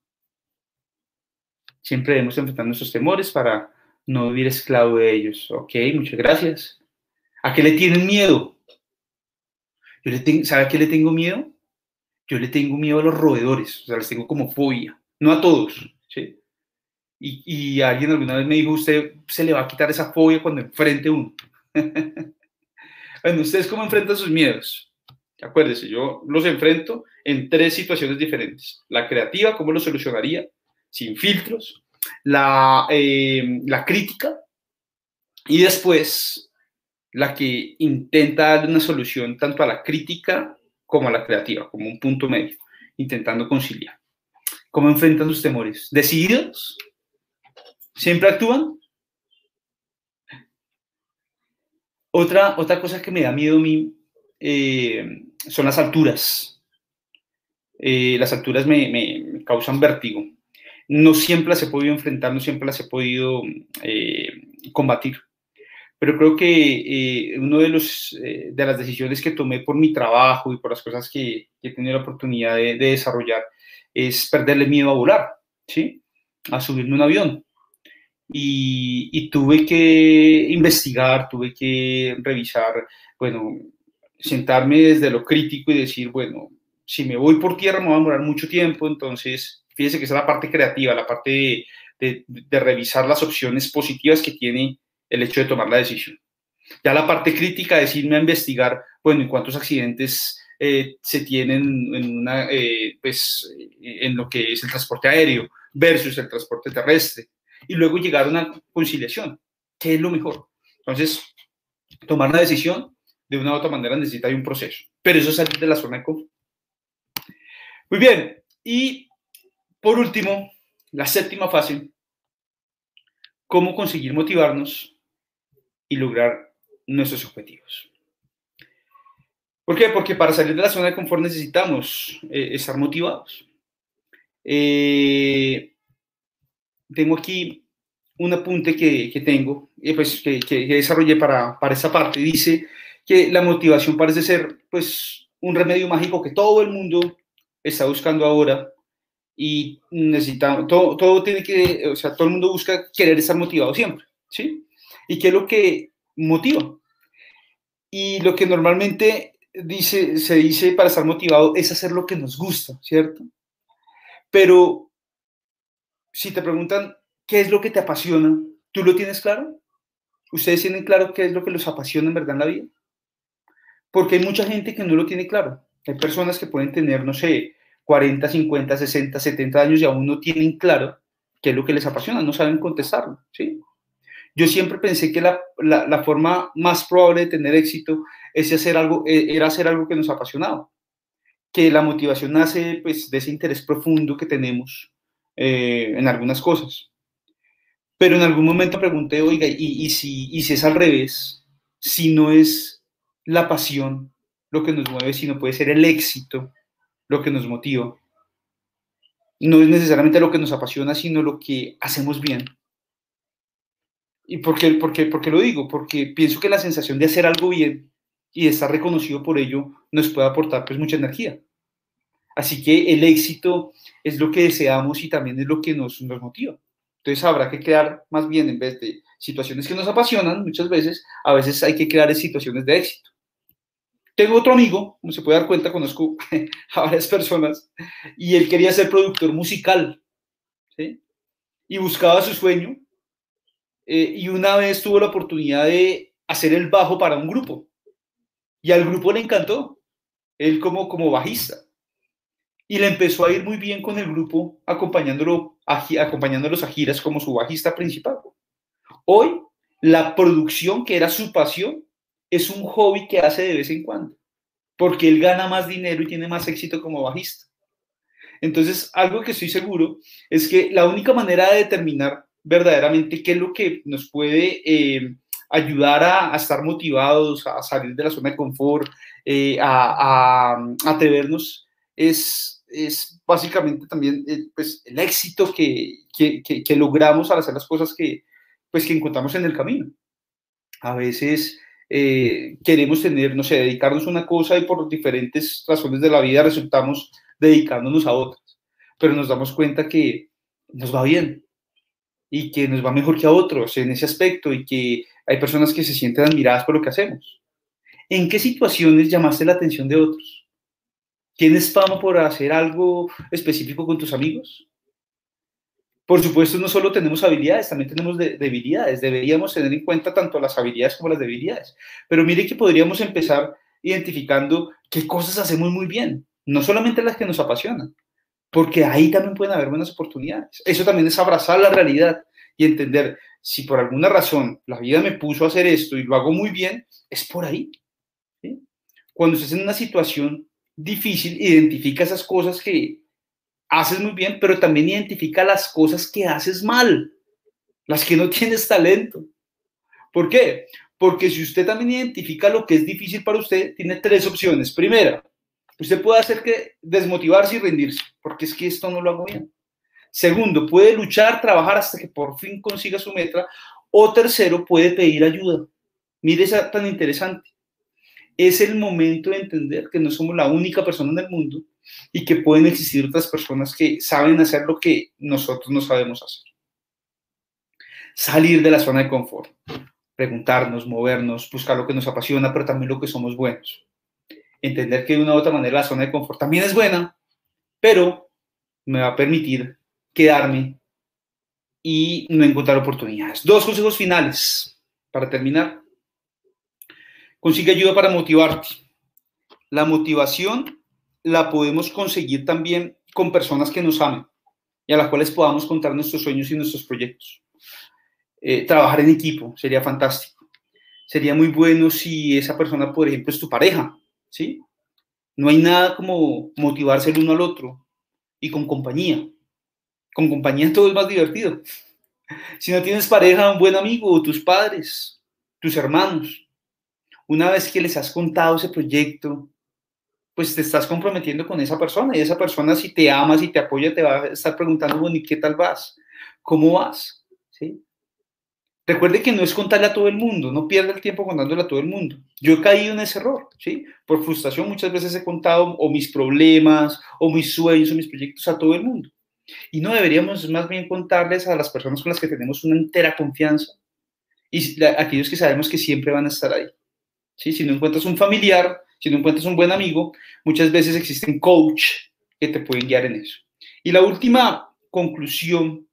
Siempre debemos enfrentar nuestros temores para no vivir esclavo de ellos. Ok, muchas gracias. ¿A qué le tienen miedo? Yo le tengo, ¿sabe a qué le tengo miedo? Yo le tengo miedo a los roedores, o sea, les tengo como fobia. No a todos, ¿sí? Y, y alguien alguna vez me dijo, usted se le va a quitar esa fobia cuando enfrente uno. Bueno, ¿ustedes cómo enfrentan sus miedos? Acuérdense, yo los enfrento en tres situaciones diferentes. La creativa, ¿cómo lo solucionaría? Sin filtros. La, eh, la crítica. Y después, la que intenta darle una solución tanto a la crítica como a la creativa, como un punto medio, intentando conciliar. ¿Cómo enfrentan sus temores? ¿Decididos? ¿Siempre actúan? Otra, otra cosa que me da miedo a mí eh, son las alturas. Eh, las alturas me, me, me causan vértigo. No siempre las he podido enfrentar, no siempre las he podido eh, combatir. Pero creo que eh, una de, los, eh, de las decisiones que tomé por mi trabajo y por las cosas que, que he tenido la oportunidad de, de desarrollar es perderle miedo a volar, ¿sí? A subirme a un avión. Y, y tuve que investigar, tuve que revisar, bueno, sentarme desde lo crítico y decir, bueno, si me voy por tierra me va a demorar mucho tiempo, entonces fíjese que esa es la parte creativa, la parte de, de, de revisar las opciones positivas que tiene el hecho de tomar la decisión. Ya la parte crítica es irme a investigar, bueno, en cuántos accidentes eh, se tienen en, una, eh, pues, en lo que es el transporte aéreo versus el transporte terrestre. Y luego llegar a una conciliación, ¿qué es lo mejor? Entonces, tomar la decisión de una u otra manera necesita de un proceso, pero eso es salir de la zona de confort. Muy bien, y por último, la séptima fase, cómo conseguir motivarnos y lograr nuestros objetivos. ¿Por qué? Porque para salir de la zona de confort necesitamos eh, estar motivados. Eh, tengo aquí un apunte que, que tengo, eh, pues, que, que, que desarrollé para, para esta parte. Dice que la motivación parece ser pues, un remedio mágico que todo el mundo está buscando ahora y necesitamos, todo, todo tiene que, o sea, todo el mundo busca querer estar motivado siempre, ¿sí? ¿Y qué es lo que motiva? Y lo que normalmente dice, se dice para estar motivado es hacer lo que nos gusta, ¿cierto? Pero si te preguntan qué es lo que te apasiona, ¿tú lo tienes claro? ¿Ustedes tienen claro qué es lo que los apasiona en verdad en la vida? Porque hay mucha gente que no lo tiene claro. Hay personas que pueden tener, no sé, cuarenta, cincuenta, sesenta, setenta años y aún no tienen claro qué es lo que les apasiona, no saben contestarlo, ¿sí? Yo siempre pensé que la, la, la forma más probable de tener éxito es hacer algo, era hacer algo que nos apasionaba, que la motivación nace pues, de ese interés profundo que tenemos eh, en algunas cosas. Pero en algún momento pregunté, oiga, ¿y, y, si, ¿y si es al revés? Si no es la pasión lo que nos mueve, sino puede ser el éxito lo que nos motiva. No es necesariamente lo que nos apasiona, sino lo que hacemos bien. ¿Y por qué, por qué, por qué lo digo? Porque pienso que la sensación de hacer algo bien y de estar reconocido por ello nos puede aportar pues, mucha energía. Así que el éxito es lo que deseamos y también es lo que nos, nos motiva. Entonces habrá que crear más bien, en vez de situaciones que nos apasionan, muchas veces, a veces hay que crear situaciones de éxito. Tengo otro amigo, como se puede dar cuenta, conozco a varias personas, y él quería ser productor musical, ¿sí? Y buscaba su sueño, eh, y una vez tuvo la oportunidad de hacer el bajo para un grupo, y al grupo le encantó, él como, como bajista. Y le empezó a ir muy bien con el grupo, acompañándolo a, acompañándolos a giras como su bajista principal. Hoy, la producción, que era su pasión, es un hobby que hace de vez en cuando, porque él gana más dinero y tiene más éxito como bajista. Entonces, algo que estoy seguro es que la única manera de determinar verdaderamente qué es lo que nos puede eh, ayudar a, a, estar motivados, a salir de la zona de confort, eh, a, a, a atrevernos, es, es básicamente también eh, pues, el éxito que, que, que, que logramos al hacer las cosas que, pues, que encontramos en el camino. A veces eh, queremos tener, no sé, dedicarnos a una cosa y por diferentes razones de la vida resultamos dedicándonos a otras, pero nos damos cuenta que nos va bien y que nos va mejor que a otros en ese aspecto y que hay personas que se sienten admiradas por lo que hacemos. ¿En qué situaciones llamaste la atención de otros? ¿Tienes fama por hacer algo específico con tus amigos? Por supuesto, no solo tenemos habilidades, también tenemos de, debilidades. Deberíamos tener en cuenta tanto las habilidades como las debilidades. Pero mire que podríamos empezar identificando qué cosas hacemos muy bien, no solamente las que nos apasionan, porque ahí también pueden haber buenas oportunidades. Eso también es abrazar la realidad y entender, si por alguna razón la vida me puso a hacer esto y lo hago muy bien, es por ahí, ¿sí? Cuando estés en una situación difícil, identifica esas cosas que haces muy bien, pero también identifica las cosas que haces mal, las que no tienes talento. ¿Por qué? Porque si usted también identifica lo que es difícil para usted, tiene tres opciones. Primera, usted puede hacer que desmotivarse y rendirse, porque es que esto no lo hago bien. Segundo, puede luchar, trabajar hasta que por fin consiga su meta. O tercero, puede pedir ayuda. Mire, esa tan interesante. Es el momento de entender que no somos la única persona en el mundo y que pueden existir otras personas que saben hacer lo que nosotros no sabemos hacer. Salir de la zona de confort, preguntarnos, movernos, buscar lo que nos apasiona, pero también lo que somos buenos. Entender que de una u otra manera la zona de confort también es buena, pero me va a permitir quedarme y no encontrar oportunidades. Dos consejos finales para terminar. Consigue ayuda para motivarte. La motivación la podemos conseguir también con personas que nos amen y a las cuales podamos contar nuestros sueños y nuestros proyectos. Eh, trabajar en equipo sería fantástico. Sería muy bueno si esa persona, por ejemplo, es tu pareja, ¿sí? No hay nada como motivarse el uno al otro y con compañía. Con compañía todo es más divertido. Si no tienes pareja, un buen amigo, tus padres, tus hermanos, una vez que les has contado ese proyecto, pues te estás comprometiendo con esa persona y esa persona, si te ama, si te apoya, te va a estar preguntando, bueno, ¿y qué tal vas? ¿Cómo vas? ¿Sí? Recuerde que no es contarle a todo el mundo, no pierda el tiempo contándole a todo el mundo. Yo he caído en ese error, ¿sí? Por frustración muchas veces he contado o mis problemas, o mis sueños, o mis proyectos a todo el mundo. Y no deberíamos más bien contarles a las personas con las que tenemos una entera confianza y a aquellos que sabemos que siempre van a estar ahí. ¿Sí? Si no encuentras un familiar, si no encuentras un buen amigo, muchas veces existen coach que te pueden guiar en eso. Y la última conclusión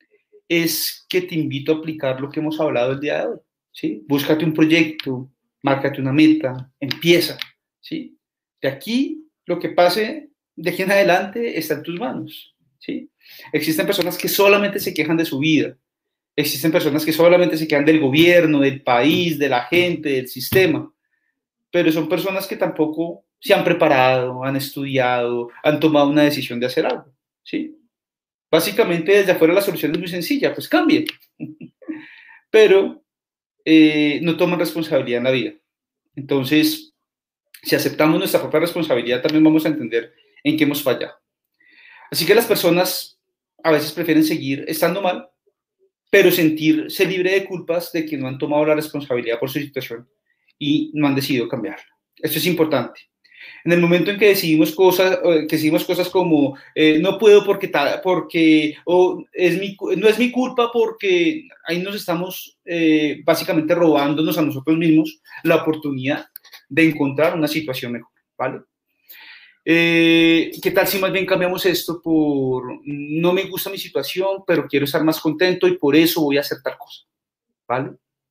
es que te invito a aplicar lo que hemos hablado el día de hoy. ¿Sí? Búscate un proyecto, márcate una meta, empieza. ¿Sí? De aquí, lo que pase de aquí en adelante está en tus manos. ¿Sí? Existen personas que solamente se quejan de su vida. Existen personas que solamente se quejan del gobierno, del país, de la gente, del sistema. Pero son personas que tampoco se han preparado, han estudiado, han tomado una decisión de hacer algo. ¿Sí? Básicamente, desde afuera la solución es muy sencilla, pues cambien. Pero eh, no toman responsabilidad en la vida. Entonces, si aceptamos nuestra propia responsabilidad, también vamos a entender en qué hemos fallado. Así que las personas a veces prefieren seguir estando mal, pero sentirse libre de culpas de que no han tomado la responsabilidad por su situación y no han decidido cambiarla. Esto es importante. En el momento en que decidimos cosas, que decidimos cosas como eh, no puedo porque, porque o es mi, no es mi culpa porque ahí nos estamos eh, básicamente robándonos a nosotros mismos la oportunidad de encontrar una situación mejor, ¿vale? Eh, ¿Qué tal si más bien cambiamos esto por no me gusta mi situación, pero quiero estar más contento y por eso voy a hacer tal cosa, ¿vale?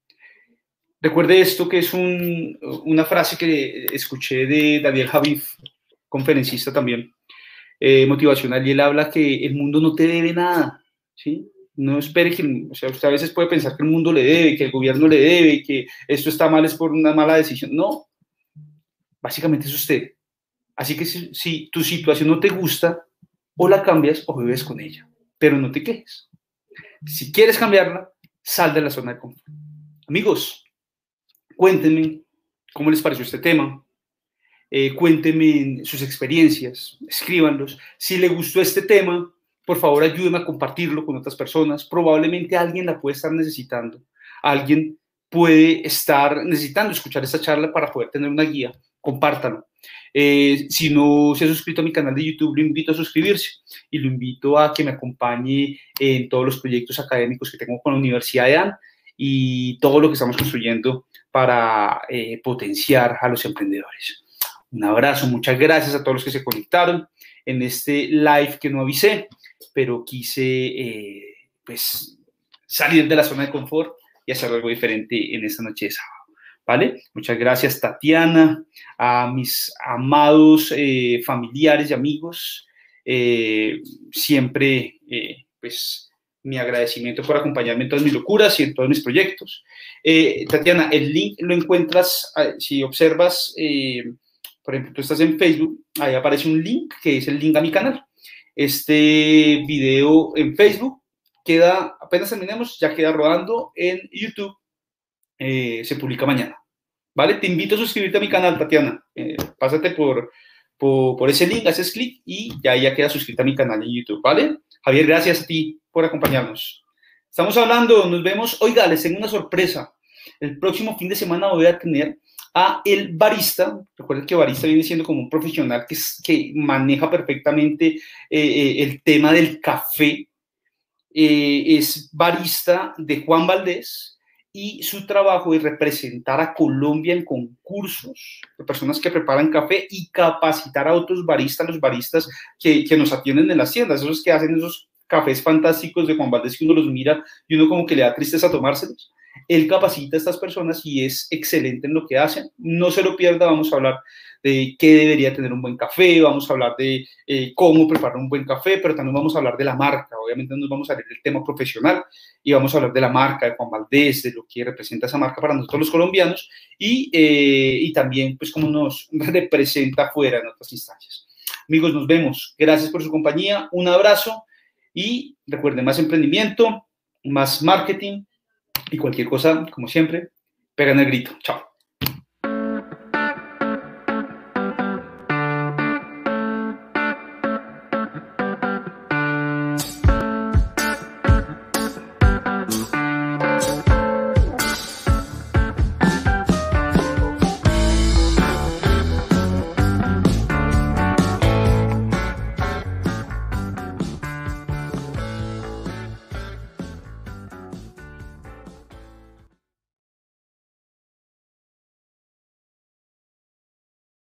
Recuerde esto, que es un, una frase que escuché de Daniel Javif, conferencista también, eh, motivacional, y él habla que el mundo no te debe nada, ¿sí? No espere que, o sea, usted a veces puede pensar que el mundo le debe, que el gobierno le debe, que esto está mal es por una mala decisión. No, básicamente es usted. Así que si, si tu situación no te gusta, o la cambias o vives con ella, pero no te quejes. Si quieres cambiarla, sal de la zona de confort. Amigos, cuéntenme cómo les pareció este tema. Eh, cuéntenme sus experiencias, escríbanlos. Si les gustó este tema, por favor ayúdenme a compartirlo con otras personas. Probablemente alguien la puede estar necesitando. Alguien puede estar necesitando escuchar esta charla para poder tener una guía. Compártanlo. Eh, si no se ha suscrito a mi canal de YouTube, lo invito a suscribirse y lo invito a que me acompañe en todos los proyectos académicos que tengo con la Universidad de A N y todo lo que estamos construyendo para eh, potenciar a los emprendedores. Un abrazo, muchas gracias a todos los que se conectaron en este live que no avisé, pero quise eh, pues, salir de la zona de confort y hacer algo diferente en esta noche de sábado. ¿Vale? Muchas gracias, Tatiana, a mis amados eh, familiares y amigos. Eh, siempre, eh, pues, mi agradecimiento por acompañarme en todas mis locuras y en todos mis proyectos. Eh, Tatiana, el link lo encuentras, si observas, eh, por ejemplo, tú estás en Facebook, ahí aparece un link que es el link a mi canal. Este video en Facebook queda, apenas terminemos, ya queda rodando en YouTube. Eh, se publica mañana, ¿vale? Te invito a suscribirte a mi canal, Tatiana. Eh, pásate por, por, por ese link, haces clic y ya, ya queda suscrita a mi canal en YouTube, ¿vale? Javier, gracias a ti por acompañarnos. Estamos hablando, nos vemos. Oiga, les tengo una sorpresa. El próximo fin de semana voy a tener a el barista. Recuerden que barista viene siendo como un profesional que, es, que maneja perfectamente eh, el tema del café. Eh, es barista de Juan Valdés y su trabajo es representar a Colombia en concursos de personas que preparan café y capacitar a otros baristas, los baristas que, que nos atienden en las tiendas, esos que hacen esos cafés fantásticos de Juan Valdés que uno los mira y uno como que le da tristeza tomárselos. Él capacita a estas personas y es excelente en lo que hacen. No se lo pierda, vamos a hablar de qué debería tener un buen café, vamos a hablar de eh, cómo preparar un buen café, pero también vamos a hablar de la marca. Obviamente nos vamos a salir del tema profesional y vamos a hablar de la marca de Juan Valdés, de lo que representa esa marca para nosotros los colombianos y, eh, y también pues cómo nos representa fuera en otras instancias. Amigos, nos vemos. Gracias por su compañía. Un abrazo y recuerden, más emprendimiento, más marketing y cualquier cosa, como siempre, pegan el grito. Chao.